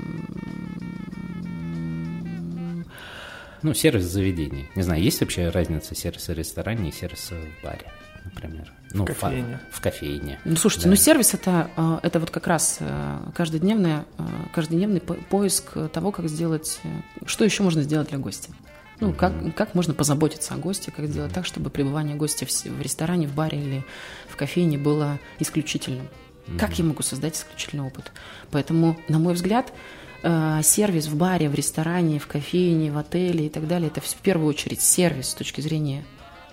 сервис в заведении. Не знаю, есть вообще разница сервиса в ресторане и сервиса в баре, например? В кофейне. Слушайте, сервис это вот как раз каждодневный поиск того, как сделать... Что еще можно сделать для гостя? Как можно позаботиться о госте, как сделать так, чтобы пребывание гостя в ресторане, в баре или в кофейне было исключительным. Как я могу создать исключительный опыт? Поэтому, на мой взгляд, сервис в баре, в ресторане, в кофейне, в отеле и так далее, это в первую очередь сервис с точки зрения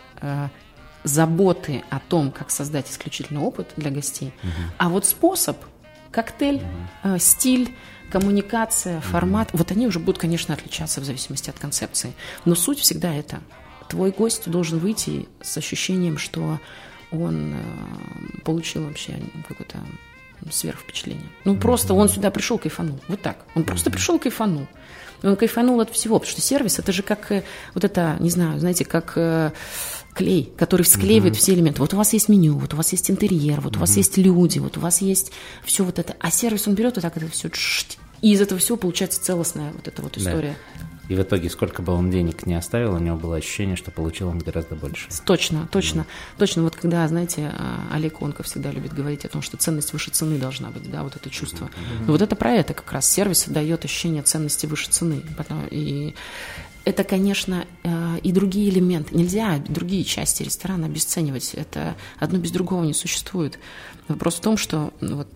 заботы о том, как создать исключительный опыт для гостей. А вот способ, коктейль, стиль, коммуникация, формат, вот они уже будут, конечно, отличаться в зависимости от концепции. Но суть всегда это. Твой гость должен выйти с ощущением, что он получил вообще какое-то сверхвпечатление. Просто он сюда пришел, кайфанул. Вот так. Он просто пришел, кайфанул. Он кайфанул от всего, потому что сервис, это же как вот это, не знаю, знаете, как клей, который склеивает все элементы. Вот у вас есть меню, вот у вас есть интерьер, вот у вас есть люди, вот у вас есть все вот это. А сервис, он берет вот так это все, и из этого всего получается целостная вот эта вот история. Да. И в итоге, сколько бы он денег не оставил, у него было ощущение, что получил он гораздо больше. Точно. Вот когда, знаете, Олег Онков всегда любит говорить о том, что ценность выше цены должна быть, да, вот это чувство. Но вот это про это как раз. Сервис дает ощущение ценности выше цены. И это, конечно, и другие элементы. Нельзя другие части ресторана обесценивать. Это одно без другого не существует. Вопрос в том, что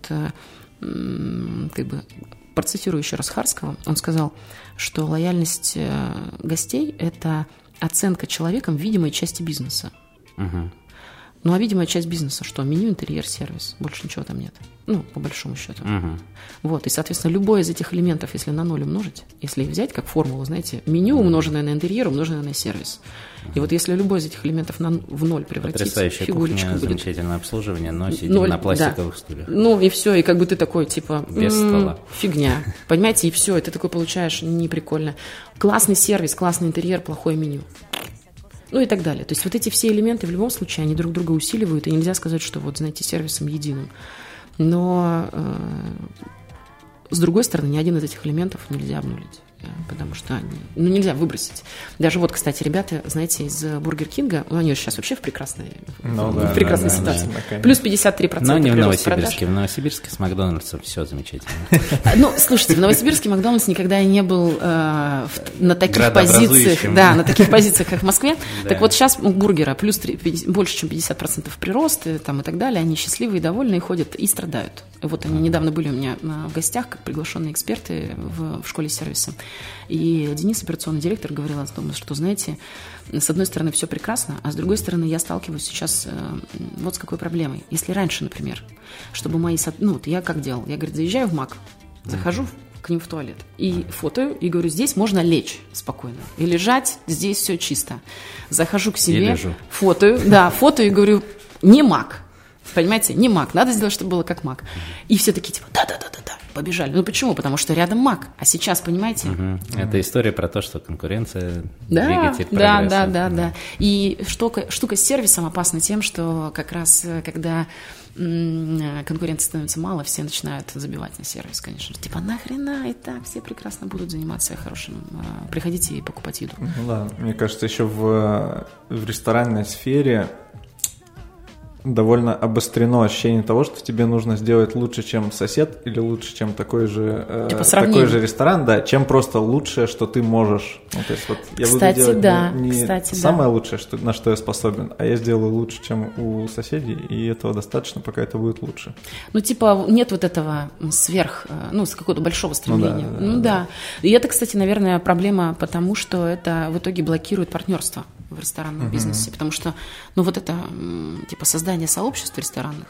процитирую еще раз Харского, он сказал, что лояльность гостей – это оценка человеком видимой части бизнеса. Ну, а видимая часть бизнеса что? Меню, интерьер, сервис. Больше ничего там нет. По большому счету. Вот, и, соответственно, любой из этих элементов, если на 0 умножить, если их взять как формулу, знаете, меню, умноженное на интерьер, умноженное на сервис. И вот если любой из этих элементов в 0 превратится, потрясающая фигулечка кухня, будет. Замечательное обслуживание, но сидим на пластиковых стульях. И все, и как бы ты такой, без стола. Фигня. Понимаете, и все, и ты такой получаешь неприкольно. Классный сервис, классный интерьер, плохое меню. И так далее. То есть вот эти все элементы в любом случае, они друг друга усиливают, и нельзя сказать, что вот, знаете, сервисом единым. Но с другой стороны, ни один из этих элементов нельзя обнулить. потому что они, нельзя выбросить. Даже вот, кстати, ребята, знаете, из Бургер Кинга, они сейчас вообще в прекрасной ситуации. Плюс 53% Но не в Новосибирске. продаж. В Новосибирске с Макдональдсом все замечательно. Слушайте, в Новосибирске Макдональдс никогда не был на таких позициях, на таких позициях, как в Москве. Так вот сейчас у бургера плюс больше, чем 50% прирост там, и так далее. Они счастливые, довольные, ходят и страдают. Вот они недавно были у меня в гостях, как приглашенные эксперты в школе сервиса. И Денис, операционный директор, говорил о том, что, знаете, с одной стороны, все прекрасно, а с другой стороны, я сталкиваюсь сейчас вот с какой проблемой. Если раньше, например, чтобы мои... я как делал? Я, говорит, заезжаю в МАК, захожу к ним в туалет и фотою, и говорю, здесь можно лечь спокойно. И лежать, здесь все чисто. Захожу к себе, фотою, и говорю, не МАК. Понимаете, не МАК, надо сделать, чтобы было как МАК. И все такие, типа, да, побежали. Почему? Потому что рядом МАК. А сейчас, понимаете... Это история про то, что конкуренция двигатель прогресса. Да. И штука с сервисом опасна тем, что как раз, когда конкуренции становится мало, все начинают забивать на сервис, конечно. Типа, нахрена, и так все прекрасно будут заниматься хорошим. Приходите и покупать еду. Мне кажется, еще в ресторанной сфере довольно обострено ощущение того, что тебе нужно сделать лучше, чем сосед, или лучше, чем такой же ресторан, чем просто лучшее, что ты можешь. То есть я буду делать не самое лучшее, на что я способен, а я сделаю лучше, чем у соседей, и этого достаточно, пока это будет лучше. Нет вот этого с какого-то большого стремления. И это, кстати, наверное, проблема, потому что это в итоге блокирует партнерство в ресторанном бизнесе, потому что, вот это, создание сообществ ресторанных,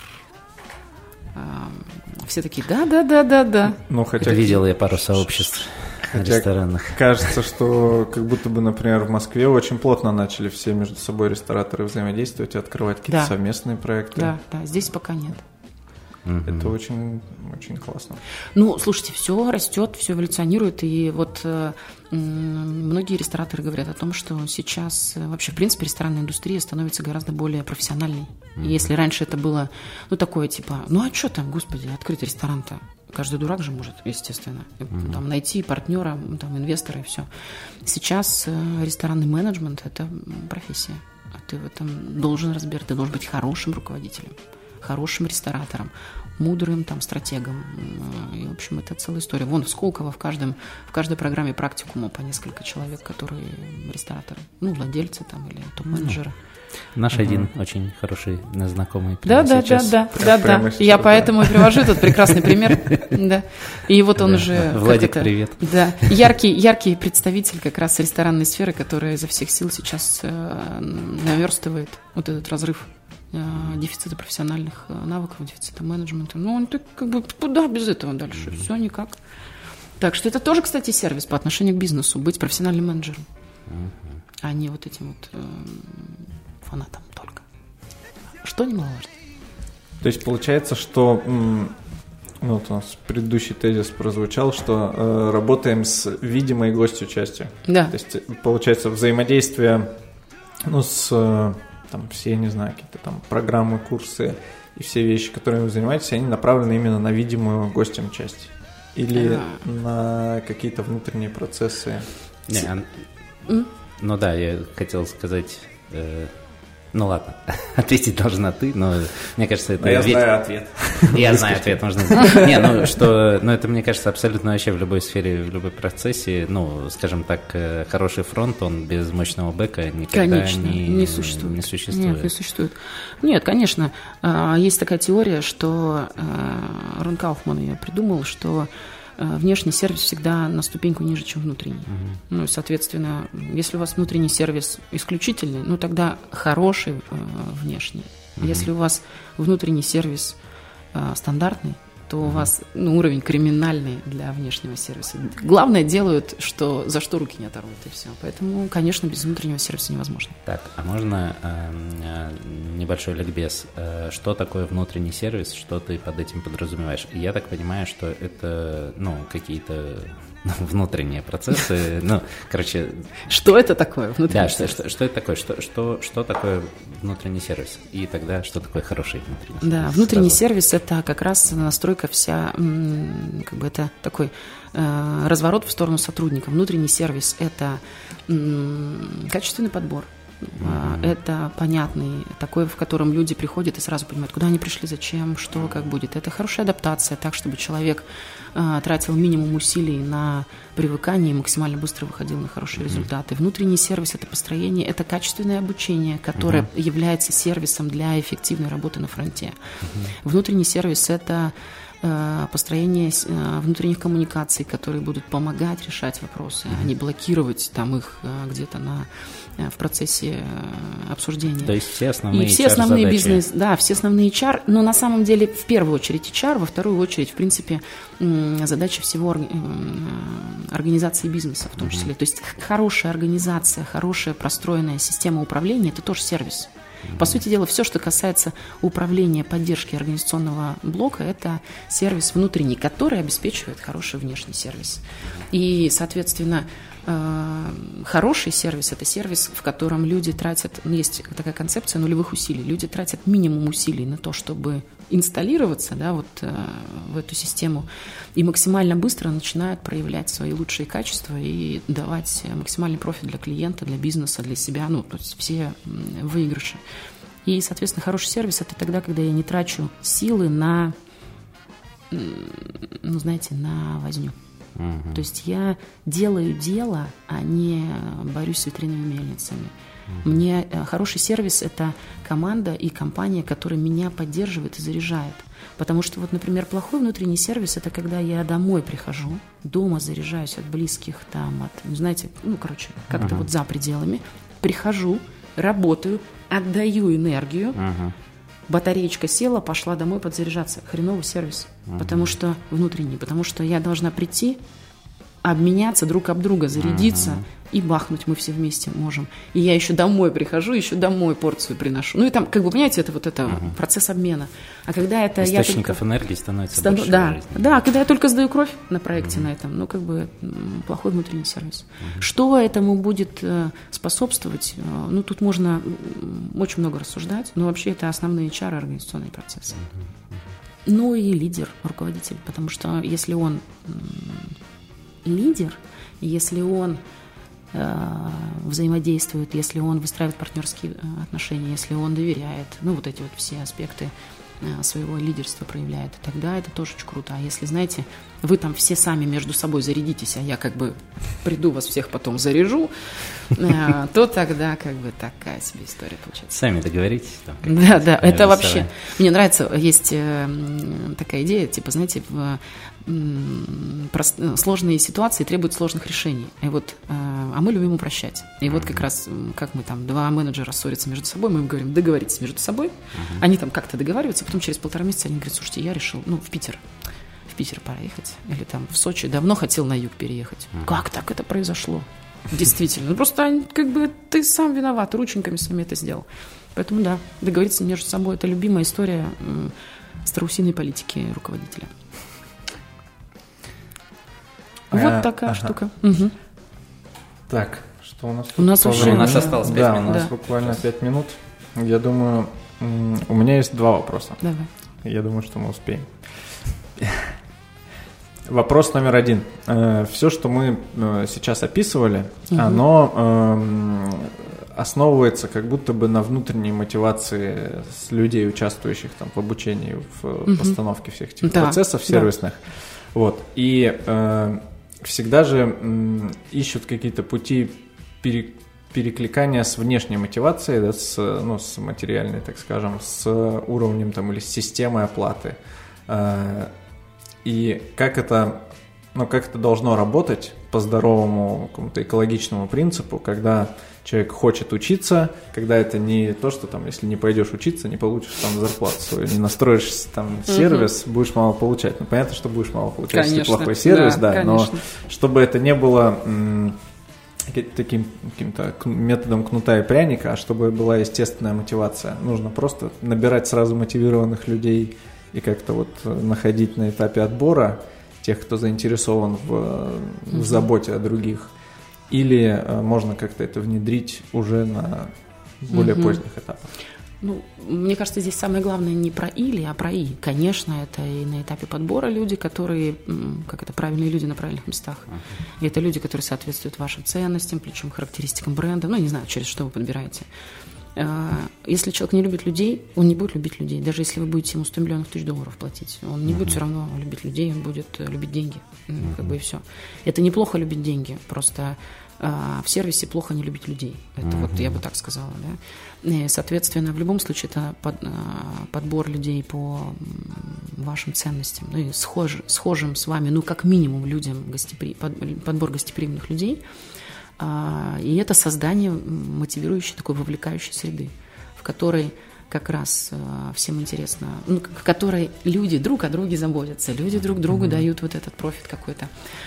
все такие, да. Видел я пару сообществ ресторанных. Кажется, что как будто бы, например, в Москве очень плотно начали все между собой рестораторы взаимодействовать и открывать какие-то совместные проекты. Да, здесь пока нет. Это очень, очень классно. Слушайте, все растет, все эволюционирует, и вот многие рестораторы говорят о том, что сейчас вообще, в принципе, ресторанная индустрия становится гораздо более профессиональной. И если раньше это было, такое типа, а что там, господи, открыть ресторан-то? Каждый дурак же может, естественно, там, найти партнера, инвестора и все. Сейчас ресторанный менеджмент – это профессия. А ты в этом должен разбираться, ты должен быть хорошим руководителем, хорошим ресторатором, мудрым стратегом. И, в общем, это целая история. Вон в Сколково в каждой программе практикума по несколько человек, которые рестораторы, владельцы или топ-менеджеры. Наш один очень хороший знакомый. Да. Я поэтому и привожу этот прекрасный пример. Да. И вот он уже... Владик, привет. Да. Яркий представитель как раз ресторанной сферы, который изо всех сил сейчас наверстывает вот этот разрыв дефицита профессиональных навыков, дефицита менеджмента. Куда без этого дальше? Все никак. Так что это тоже, кстати, сервис по отношению к бизнесу, быть профессиональным менеджером, а не вот этим фанатом только. Что немаловажно. То есть получается, что у нас предыдущий тезис прозвучал, что работаем с видимой гостью частью. Да. То есть получается взаимодействие с все, не знаю, какие-то программы, курсы и все вещи, которыми вы занимаетесь, они направлены именно на видимую гостям часть? Или на какие-то внутренние процессы? Я хотел сказать... ладно, ответить должна ты, но мне кажется, это... Я знаю ответ. Я знаю ответ, можно сказать. Это, мне кажется, абсолютно вообще в любой сфере, в любой процессе, скажем так, хороший фронт, он без мощного бэка никогда не существует. Нет, не существует. Нет, конечно. Есть такая теория, что Рон Кауфман ее придумал, что внешний сервис всегда на ступеньку ниже, чем внутренний. Соответственно, если у вас внутренний сервис исключительный, тогда хороший внешний. Если у вас внутренний сервис стандартный, то у вас уровень криминальный для внешнего сервиса. Главное делают, за что руки не оторвут, и все. Поэтому, конечно, без внутреннего сервиса невозможно. Так, а можно небольшой ликбез? Что такое внутренний сервис? Что ты под этим подразумеваешь? Я так понимаю, что это какие-то внутренние процессы. Ну, короче... Что это такое внутренний сервис? Да, что это такое? Что такое внутренний сервис? И тогда, что такое хороший внутренний сервис? Да, внутренний сервис – это как раз настройка вся, как бы это такой разворот в сторону сотрудника. Внутренний сервис – это качественный подбор. Это понятный, такой, в котором люди приходят и сразу понимают, куда они пришли, зачем, что, как будет. Это хорошая адаптация, так, чтобы человек тратил минимум усилий на привыкание и максимально быстро выходил на хорошие результаты. Внутренний сервис – это построение, это качественное обучение, которое является сервисом для эффективной работы на фронте. Внутренний сервис – это построение внутренних коммуникаций, которые будут помогать решать вопросы, а не блокировать там их где-то в процессе обсуждения. То есть все основные все основные HR-задачи. бизнес, да, все основные HR, но на самом деле в первую очередь HR, во вторую очередь, в принципе, задача всего организации бизнеса в том числе. То есть хорошая организация, хорошая простроенная система управления – это тоже сервис. По сути дела, все, что касается управления, поддержки организационного блока, это сервис внутренний, который обеспечивает хороший внешний сервис. И, соответственно, хороший сервис – это сервис, в котором люди тратят, есть такая концепция нулевых усилий, люди тратят минимум усилий на то, чтобы инсталлироваться, да, вот, в эту систему, и максимально быстро начинают проявлять свои лучшие качества и давать максимальный профит для клиента, для бизнеса, для себя, ну, то есть все выигрыши. И, соответственно, хороший сервис – это тогда, когда я не трачу силы на, ну, знаете, на возню. То есть я делаю дело, а не борюсь с ветряными мельницами. Мне хороший сервис – это команда и компания, которая меня поддерживает и заряжает. Потому что, вот, например, плохой внутренний сервис – это когда я домой прихожу, дома заряжаюсь от близких, там, от, ну, знаете, ну, короче, как-то вот за пределами, прихожу, работаю, отдаю энергию, батареечка села, пошла домой подзаряжаться. Хреновый сервис, потому что внутренний, потому что я должна прийти, обменяться друг об друга, зарядиться и бахнуть мы все вместе можем. И я еще домой прихожу, еще домой порцию приношу. Ну и там, как бы, понимаете, это вот это процесс обмена. А когда это источников я только... энергии становится больше. Да, да, когда я только сдаю кровь на проекте на этом, ну, как бы, плохой внутренний сервис. Что этому будет способствовать? Ну, тут можно очень много рассуждать, но вообще это основные HR организационные процессы. Ну и лидер, руководитель, потому что если он лидер, если он взаимодействует, если он выстраивает партнерские отношения, если он доверяет, ну, вот эти вот все аспекты своего лидерства проявляет, тогда это тоже очень круто. А если, знаете, вы там все сами между собой зарядитесь, а я как бы приду вас всех потом заряжу, то тогда как бы такая себе история получается. Сами договоритесь. Да, да, это вообще... Мне нравится, есть такая идея, типа, знаете, сложные ситуации требуют сложных решений. И вот, а мы любим упрощать. И вот как раз, как мы там, два менеджера ссорятся между собой, мы им говорим, договоритесь между собой. Они там как-то договариваются, потом через 1,5 месяца они говорят, слушайте, я решил, ну, в Питер пора ехать. Или там в Сочи, давно хотел на юг переехать. Как так это произошло? Действительно. Ну, просто как бы ты сам виноват, рученьками сами это сделал. Поэтому, да, договориться между собой – это любимая история страусиной политики руководителя. Вот такая штука. Так, что у нас? У нас осталось 5 минут. Да, у нас буквально 5 минут. Я думаю, у меня есть 2 вопроса. Давай. Я думаю, что мы успеем. Вопрос номер 1. Все, что мы сейчас описывали, оно основывается как будто бы на внутренней мотивации людей, участвующих там в обучении, в постановке всех этих процессов сервисных. Вот. И всегда же ищут какие-то пути перекликания с внешней мотивацией, да, с материальной, так скажем, с уровнем там, или с системой оплаты. И как это должно работать по здоровому какому-то экологичному принципу, когда человек хочет учиться, когда это не то, что там, если не пойдешь учиться, не получишь там зарплату свою, не настроишь там сервис, будешь мало получать. Ну, понятно, что будешь мало получать, если плохой сервис, да, но чтобы это не было таким каким-то методом кнута и пряника, а чтобы была естественная мотивация. Нужно просто набирать сразу мотивированных людей и как-то вот находить на этапе отбора тех, кто заинтересован в заботе о других, или можно как-то это внедрить уже на более поздних этапах? Ну, мне кажется, здесь самое главное не про или, а про и. Конечно, это и на этапе подбора люди, которые, правильные люди на правильных местах. И это люди, которые соответствуют вашим ценностям, ключевым характеристикам бренда. Ну, не знаю, через что вы подбираете. Если человек не любит людей, он не будет любить людей. Даже если вы будете ему 100 миллионов тысяч долларов платить, он не будет все равно любить людей, он будет любить деньги. Как бы и все. Это неплохо любить деньги, просто в сервисе плохо не любить людей. Это вот я бы так сказала. Да? И, соответственно, в любом случае это подбор людей по вашим ценностям, ну и схожим с вами, ну как минимум людям, подбор гостеприимных людей. И это создание мотивирующей, такой вовлекающей среды, в которой как раз всем интересно, ну, в которой люди друг о друге заботятся, люди друг другу дают вот этот профит какой-то.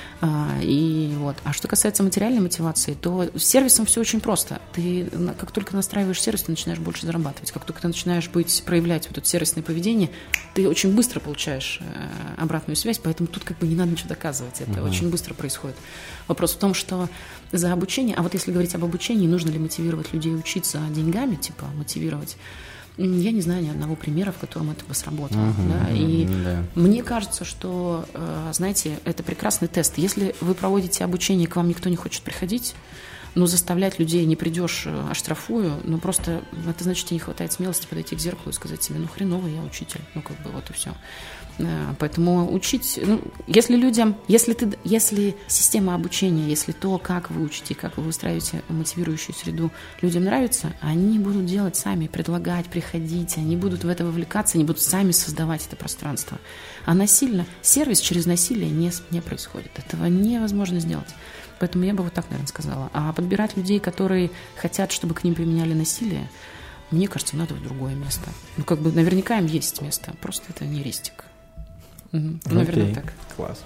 И вот. А что касается материальной мотивации, то с сервисом все очень просто. Ты, как только настраиваешь сервис, ты начинаешь больше зарабатывать. Как только ты начинаешь проявлять вот это сервисное поведение, ты очень быстро получаешь обратную связь, поэтому тут как бы не надо ничего доказывать. Это очень быстро происходит. Вопрос в том, что за обучение, а вот если говорить об обучении, нужно ли мотивировать людей учиться деньгами, типа мотивировать, я не знаю ни одного примера, в котором это бы сработало. Да? И мне кажется, что, знаете, это прекрасный тест. Если вы проводите обучение, к вам никто не хочет приходить, но заставлять людей не придешь, оштрафую, ну просто это значит, тебе не хватает смелости подойти к зеркалу и сказать себе, ну хреново, я учитель, ну как бы вот и все. Поэтому учить, ну, если людям, если система обучения, если то, как вы учите, как вы выстраиваете мотивирующую среду, людям нравится, они будут делать сами, предлагать, приходить, они будут в это вовлекаться, они будут сами создавать это пространство. А сервис через насилие не происходит. Этого невозможно сделать. Поэтому я бы вот так, наверное, сказала. А подбирать людей, которые хотят, чтобы к ним применяли насилие, мне кажется, надо в другое место. Ну, как бы наверняка им есть место, просто это не рестик. Наверное, так. Класс.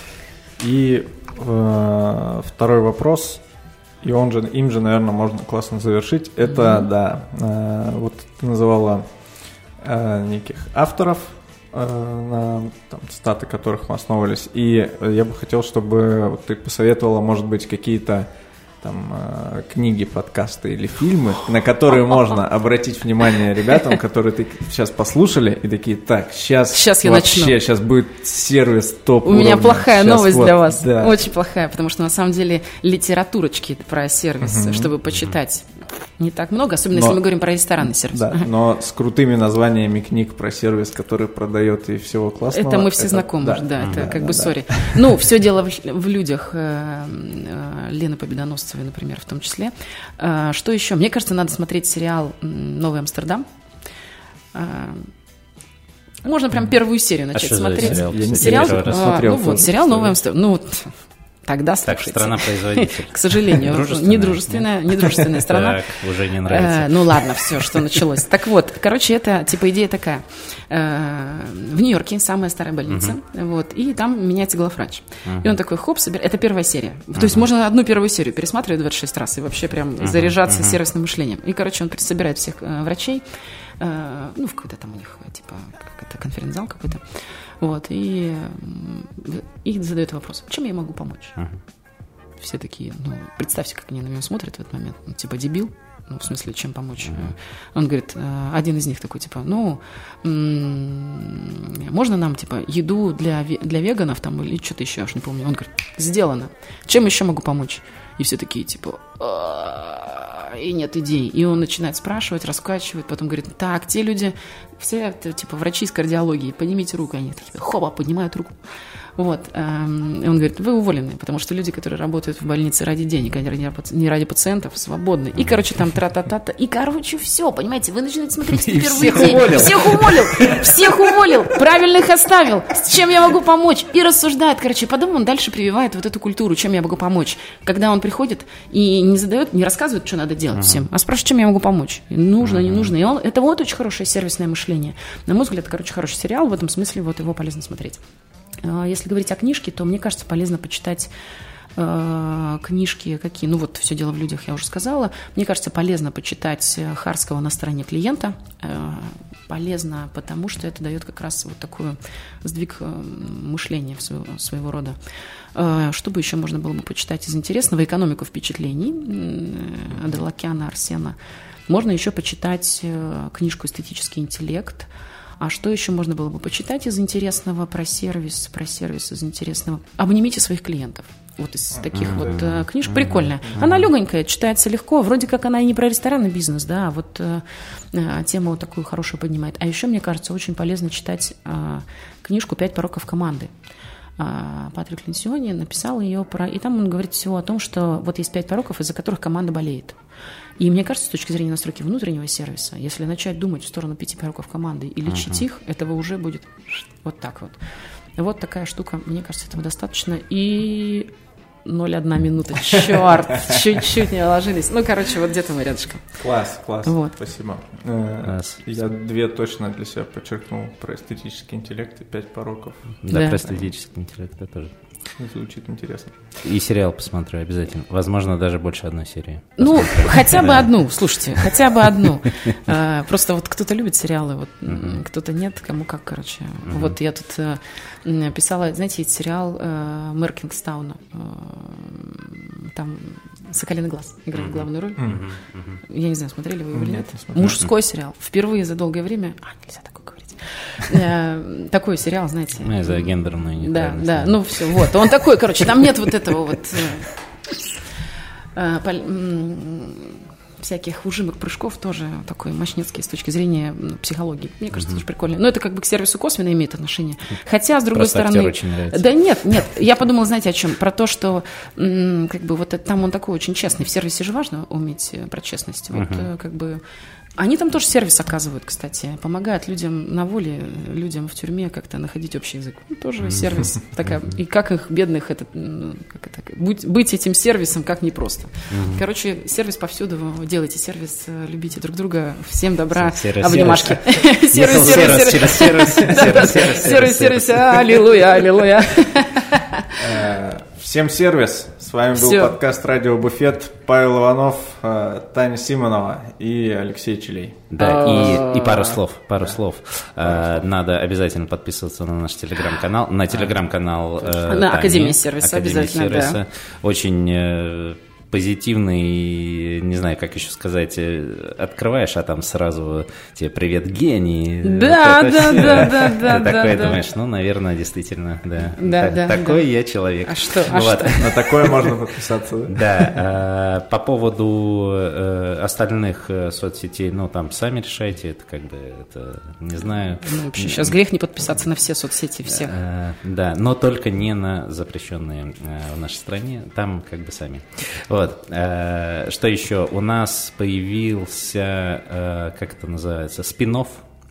И второй вопрос, и им же, наверное, можно классно завершить. Это, вот ты называла неких авторов, на цитаты которых мы основывались. И я бы хотел, чтобы ты посоветовала, может быть, какие-то там книги, подкасты или фильмы, на которые можно обратить внимание ребятам, которые ты сейчас послушали, и такие, так, сейчас я начну. Сейчас будет сервис топ уровня. У меня плохая новость для вас, очень плохая, потому что на самом деле литературочки про сервис, чтобы почитать, не так много, особенно если мы говорим про ресторанный сервис. Да, но с крутыми названиями книг про сервис, который продает и всего классного. Это мы все знакомы, это как бы сори. Ну, все дело в людях. Лены Победоносцевой, например, в том числе. Что еще? Мне кажется, надо смотреть сериал «Новый Амстердам». Можно прям первую серию начать смотреть. Сериал «Новый Амстердам». Ну, тогда слушайте. Так, страна-производитель. К сожалению, недружественная страна. Так, уже не нравится. Ну ладно, все, что началось. Так вот, короче, это, типа, идея такая. В Нью-Йорке самая старая больница, вот, и там меняется главврач. И он такой, хоп, это первая серия. То есть можно одну первую серию пересматривать 26 раз и вообще прям заряжаться сервисным мышлением. И, короче, он собирает всех врачей, ну, в какой-то там у них, типа, какой-то конференц-зал какой-то. Вот, и задает вопрос, чем я могу помочь? Все такие, ну, представьте, как они на меня смотрят в этот момент. Ну, типа, дебил? Ну, в смысле, чем помочь? Он говорит, один из них такой, типа, ну, можно нам, типа, еду для веганов там или что-то еще, я уж не помню. Он говорит, сделано. Чем еще могу помочь? И все такие, типа, и нет идей. И он начинает спрашивать, раскачивает, потом говорит, так, те люди, все, типа, врачи из кардиологии, поднимите руку. Они такие, хоба, поднимают руку. Вот. И он говорит, вы уволены, потому что люди, которые работают в больнице ради денег, а не ради пациентов, свободны. И, короче, там тра-та-та-та. И, короче, все, понимаете, вы начинаете смотреть первую идею. Всех уволил, правильно их оставил. С чем я могу помочь? И рассуждает, короче. Потом он дальше прививает вот эту культуру, чем я могу помочь. Когда он приходит и не рассказывает, что надо делать всем, а спрашивает, чем я могу помочь. Нужно, не нужно. И это вот очень хорошее сервисное мышление. На мой взгляд, короче, хороший сериал. В этом смысле вот его полезно смотреть. Если говорить о книжке, то мне кажется, полезно почитать книжки какие. Ну вот «Все дело в людях» я уже сказала. Мне кажется, полезно почитать Харского «На стороне клиента». полезно, потому что это дает как раз вот такой сдвиг мышления своего рода. Что бы еще можно было бы почитать из интересного? «Экономику впечатлений» Аделакяна Арсена. Можно еще почитать книжку «Эстетический интеллект». А что еще можно было бы почитать из интересного про сервис из интересного? «Обнимите своих клиентов». Вот из таких вот книжек прикольная. Она легонькая, читается легко. Вроде как она и не про ресторанный бизнес, да, а вот тему вот такую хорошую поднимает. А еще, мне кажется, очень полезно читать книжку «5 пороков команды». Патрик Ленсиони написал ее и там он говорит всего о том, что вот есть 5 пороков, из-за которых команда болеет. И мне кажется, с точки зрения настройки внутреннего сервиса, если начать думать в сторону 5 пороков команды и лечить их, этого уже будет вот так вот. Вот такая штука, мне кажется, этого достаточно. И 0,1 минута, черт, чуть-чуть не уложились. Ну, короче, вот где-то мы рядышком. Класс, вот. Спасибо. Я 2 точно для себя подчеркнул про эстетический интеллект и 5 пороков. Да, про эстетический интеллект это тоже. Звучит интересно. И сериал посмотрю обязательно. Возможно, даже больше одной серии. Ну, хотя бы одну, слушайте, хотя бы одну. Просто вот кто-то любит сериалы, вот кто-то нет, кому как, короче. Вот я тут писала, знаете, есть сериал «Мэр Кингстауна». Там «Соколиный глаз» играет главную роль. Я не знаю, смотрели вы его или нет? Мужской сериал. Впервые за долгое время... нельзя такое говорить. Такой сериал, знаете. За гендерную нейтральность. Да, ну все, вот. Он такой, короче, там нет вот этого вот всяких ужимок, прыжков, тоже такой мощнецкий с точки зрения психологии. Мне кажется, это прикольно. Но это как бы к сервису косвенно имеет отношение. Хотя, с другой стороны... очень нравится. Да нет, я подумала, знаете, о чем? Про то, что как бы вот там он такой очень честный. В сервисе же важно уметь про честность. Вот как бы... Они там тоже сервис оказывают, кстати, помогают людям на воле, людям в тюрьме как-то находить общий язык. Тоже сервис такая. И как их бедных быть этим сервисом как непросто. Короче, сервис повсюду. Делайте сервис, любите друг друга. Всем добра, обнимашки. Сервис. Аллилуйя, аллилуйя. Всем сервис. С вами был подкаст «Радио Буфет». Павел Иванов, Таня Симонова и Алексей Челей. Да, и пару слов. Надо обязательно подписываться на наш телеграм-канал, на телеграм-канал на Академии сервиса обязательно, да. Очень позитивный, не знаю, как еще сказать, открываешь, а там сразу тебе «Привет, гений». Да. Ты такой думаешь, ну, наверное, действительно, да. Такой я человек. А что? На такое можно подписаться, да? Да. По поводу остальных соцсетей, ну, там, сами решайте, это как бы, это, не знаю. Ну, вообще, сейчас грех не подписаться на все соцсети всех. Да, но только не на запрещенные в нашей стране, там как бы сами. Вот. Что еще? У нас появился, как это называется, спин-офф.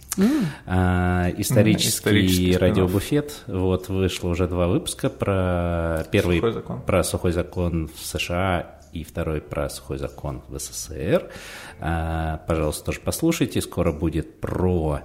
Исторический радиобуфет. Вот, вышло уже 2 выпуска. Первый про сухой закон в США и второй про сухой закон в СССР. Пожалуйста, тоже послушайте. Скоро будет про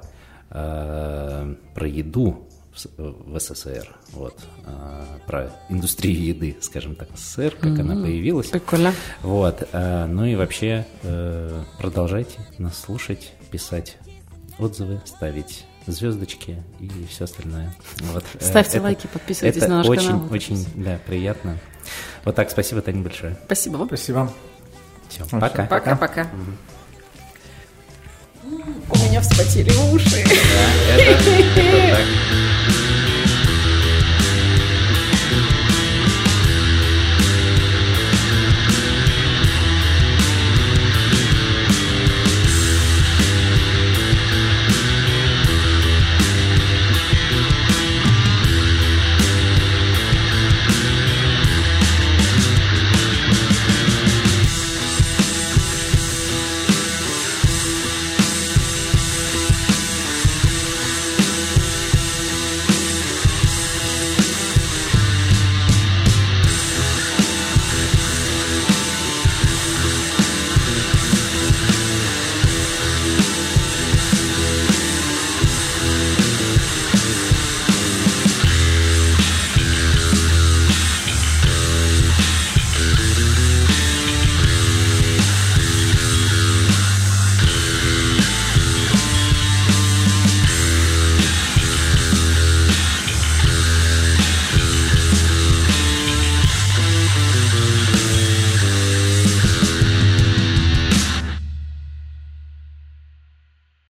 еду в СССР, вот, про индустрию еды, скажем так, в СССР, как она появилась. Прикольно. Вот, ну и вообще продолжайте нас слушать, писать отзывы, ставить звездочки и все остальное. Вот. Ставьте лайки, подписывайтесь на наш канал. Очень, да, приятно. Вот так, спасибо, Таня, большое. Спасибо вам. Спасибо. Все, пока. Пока. У меня вспотели уши. Да, это так.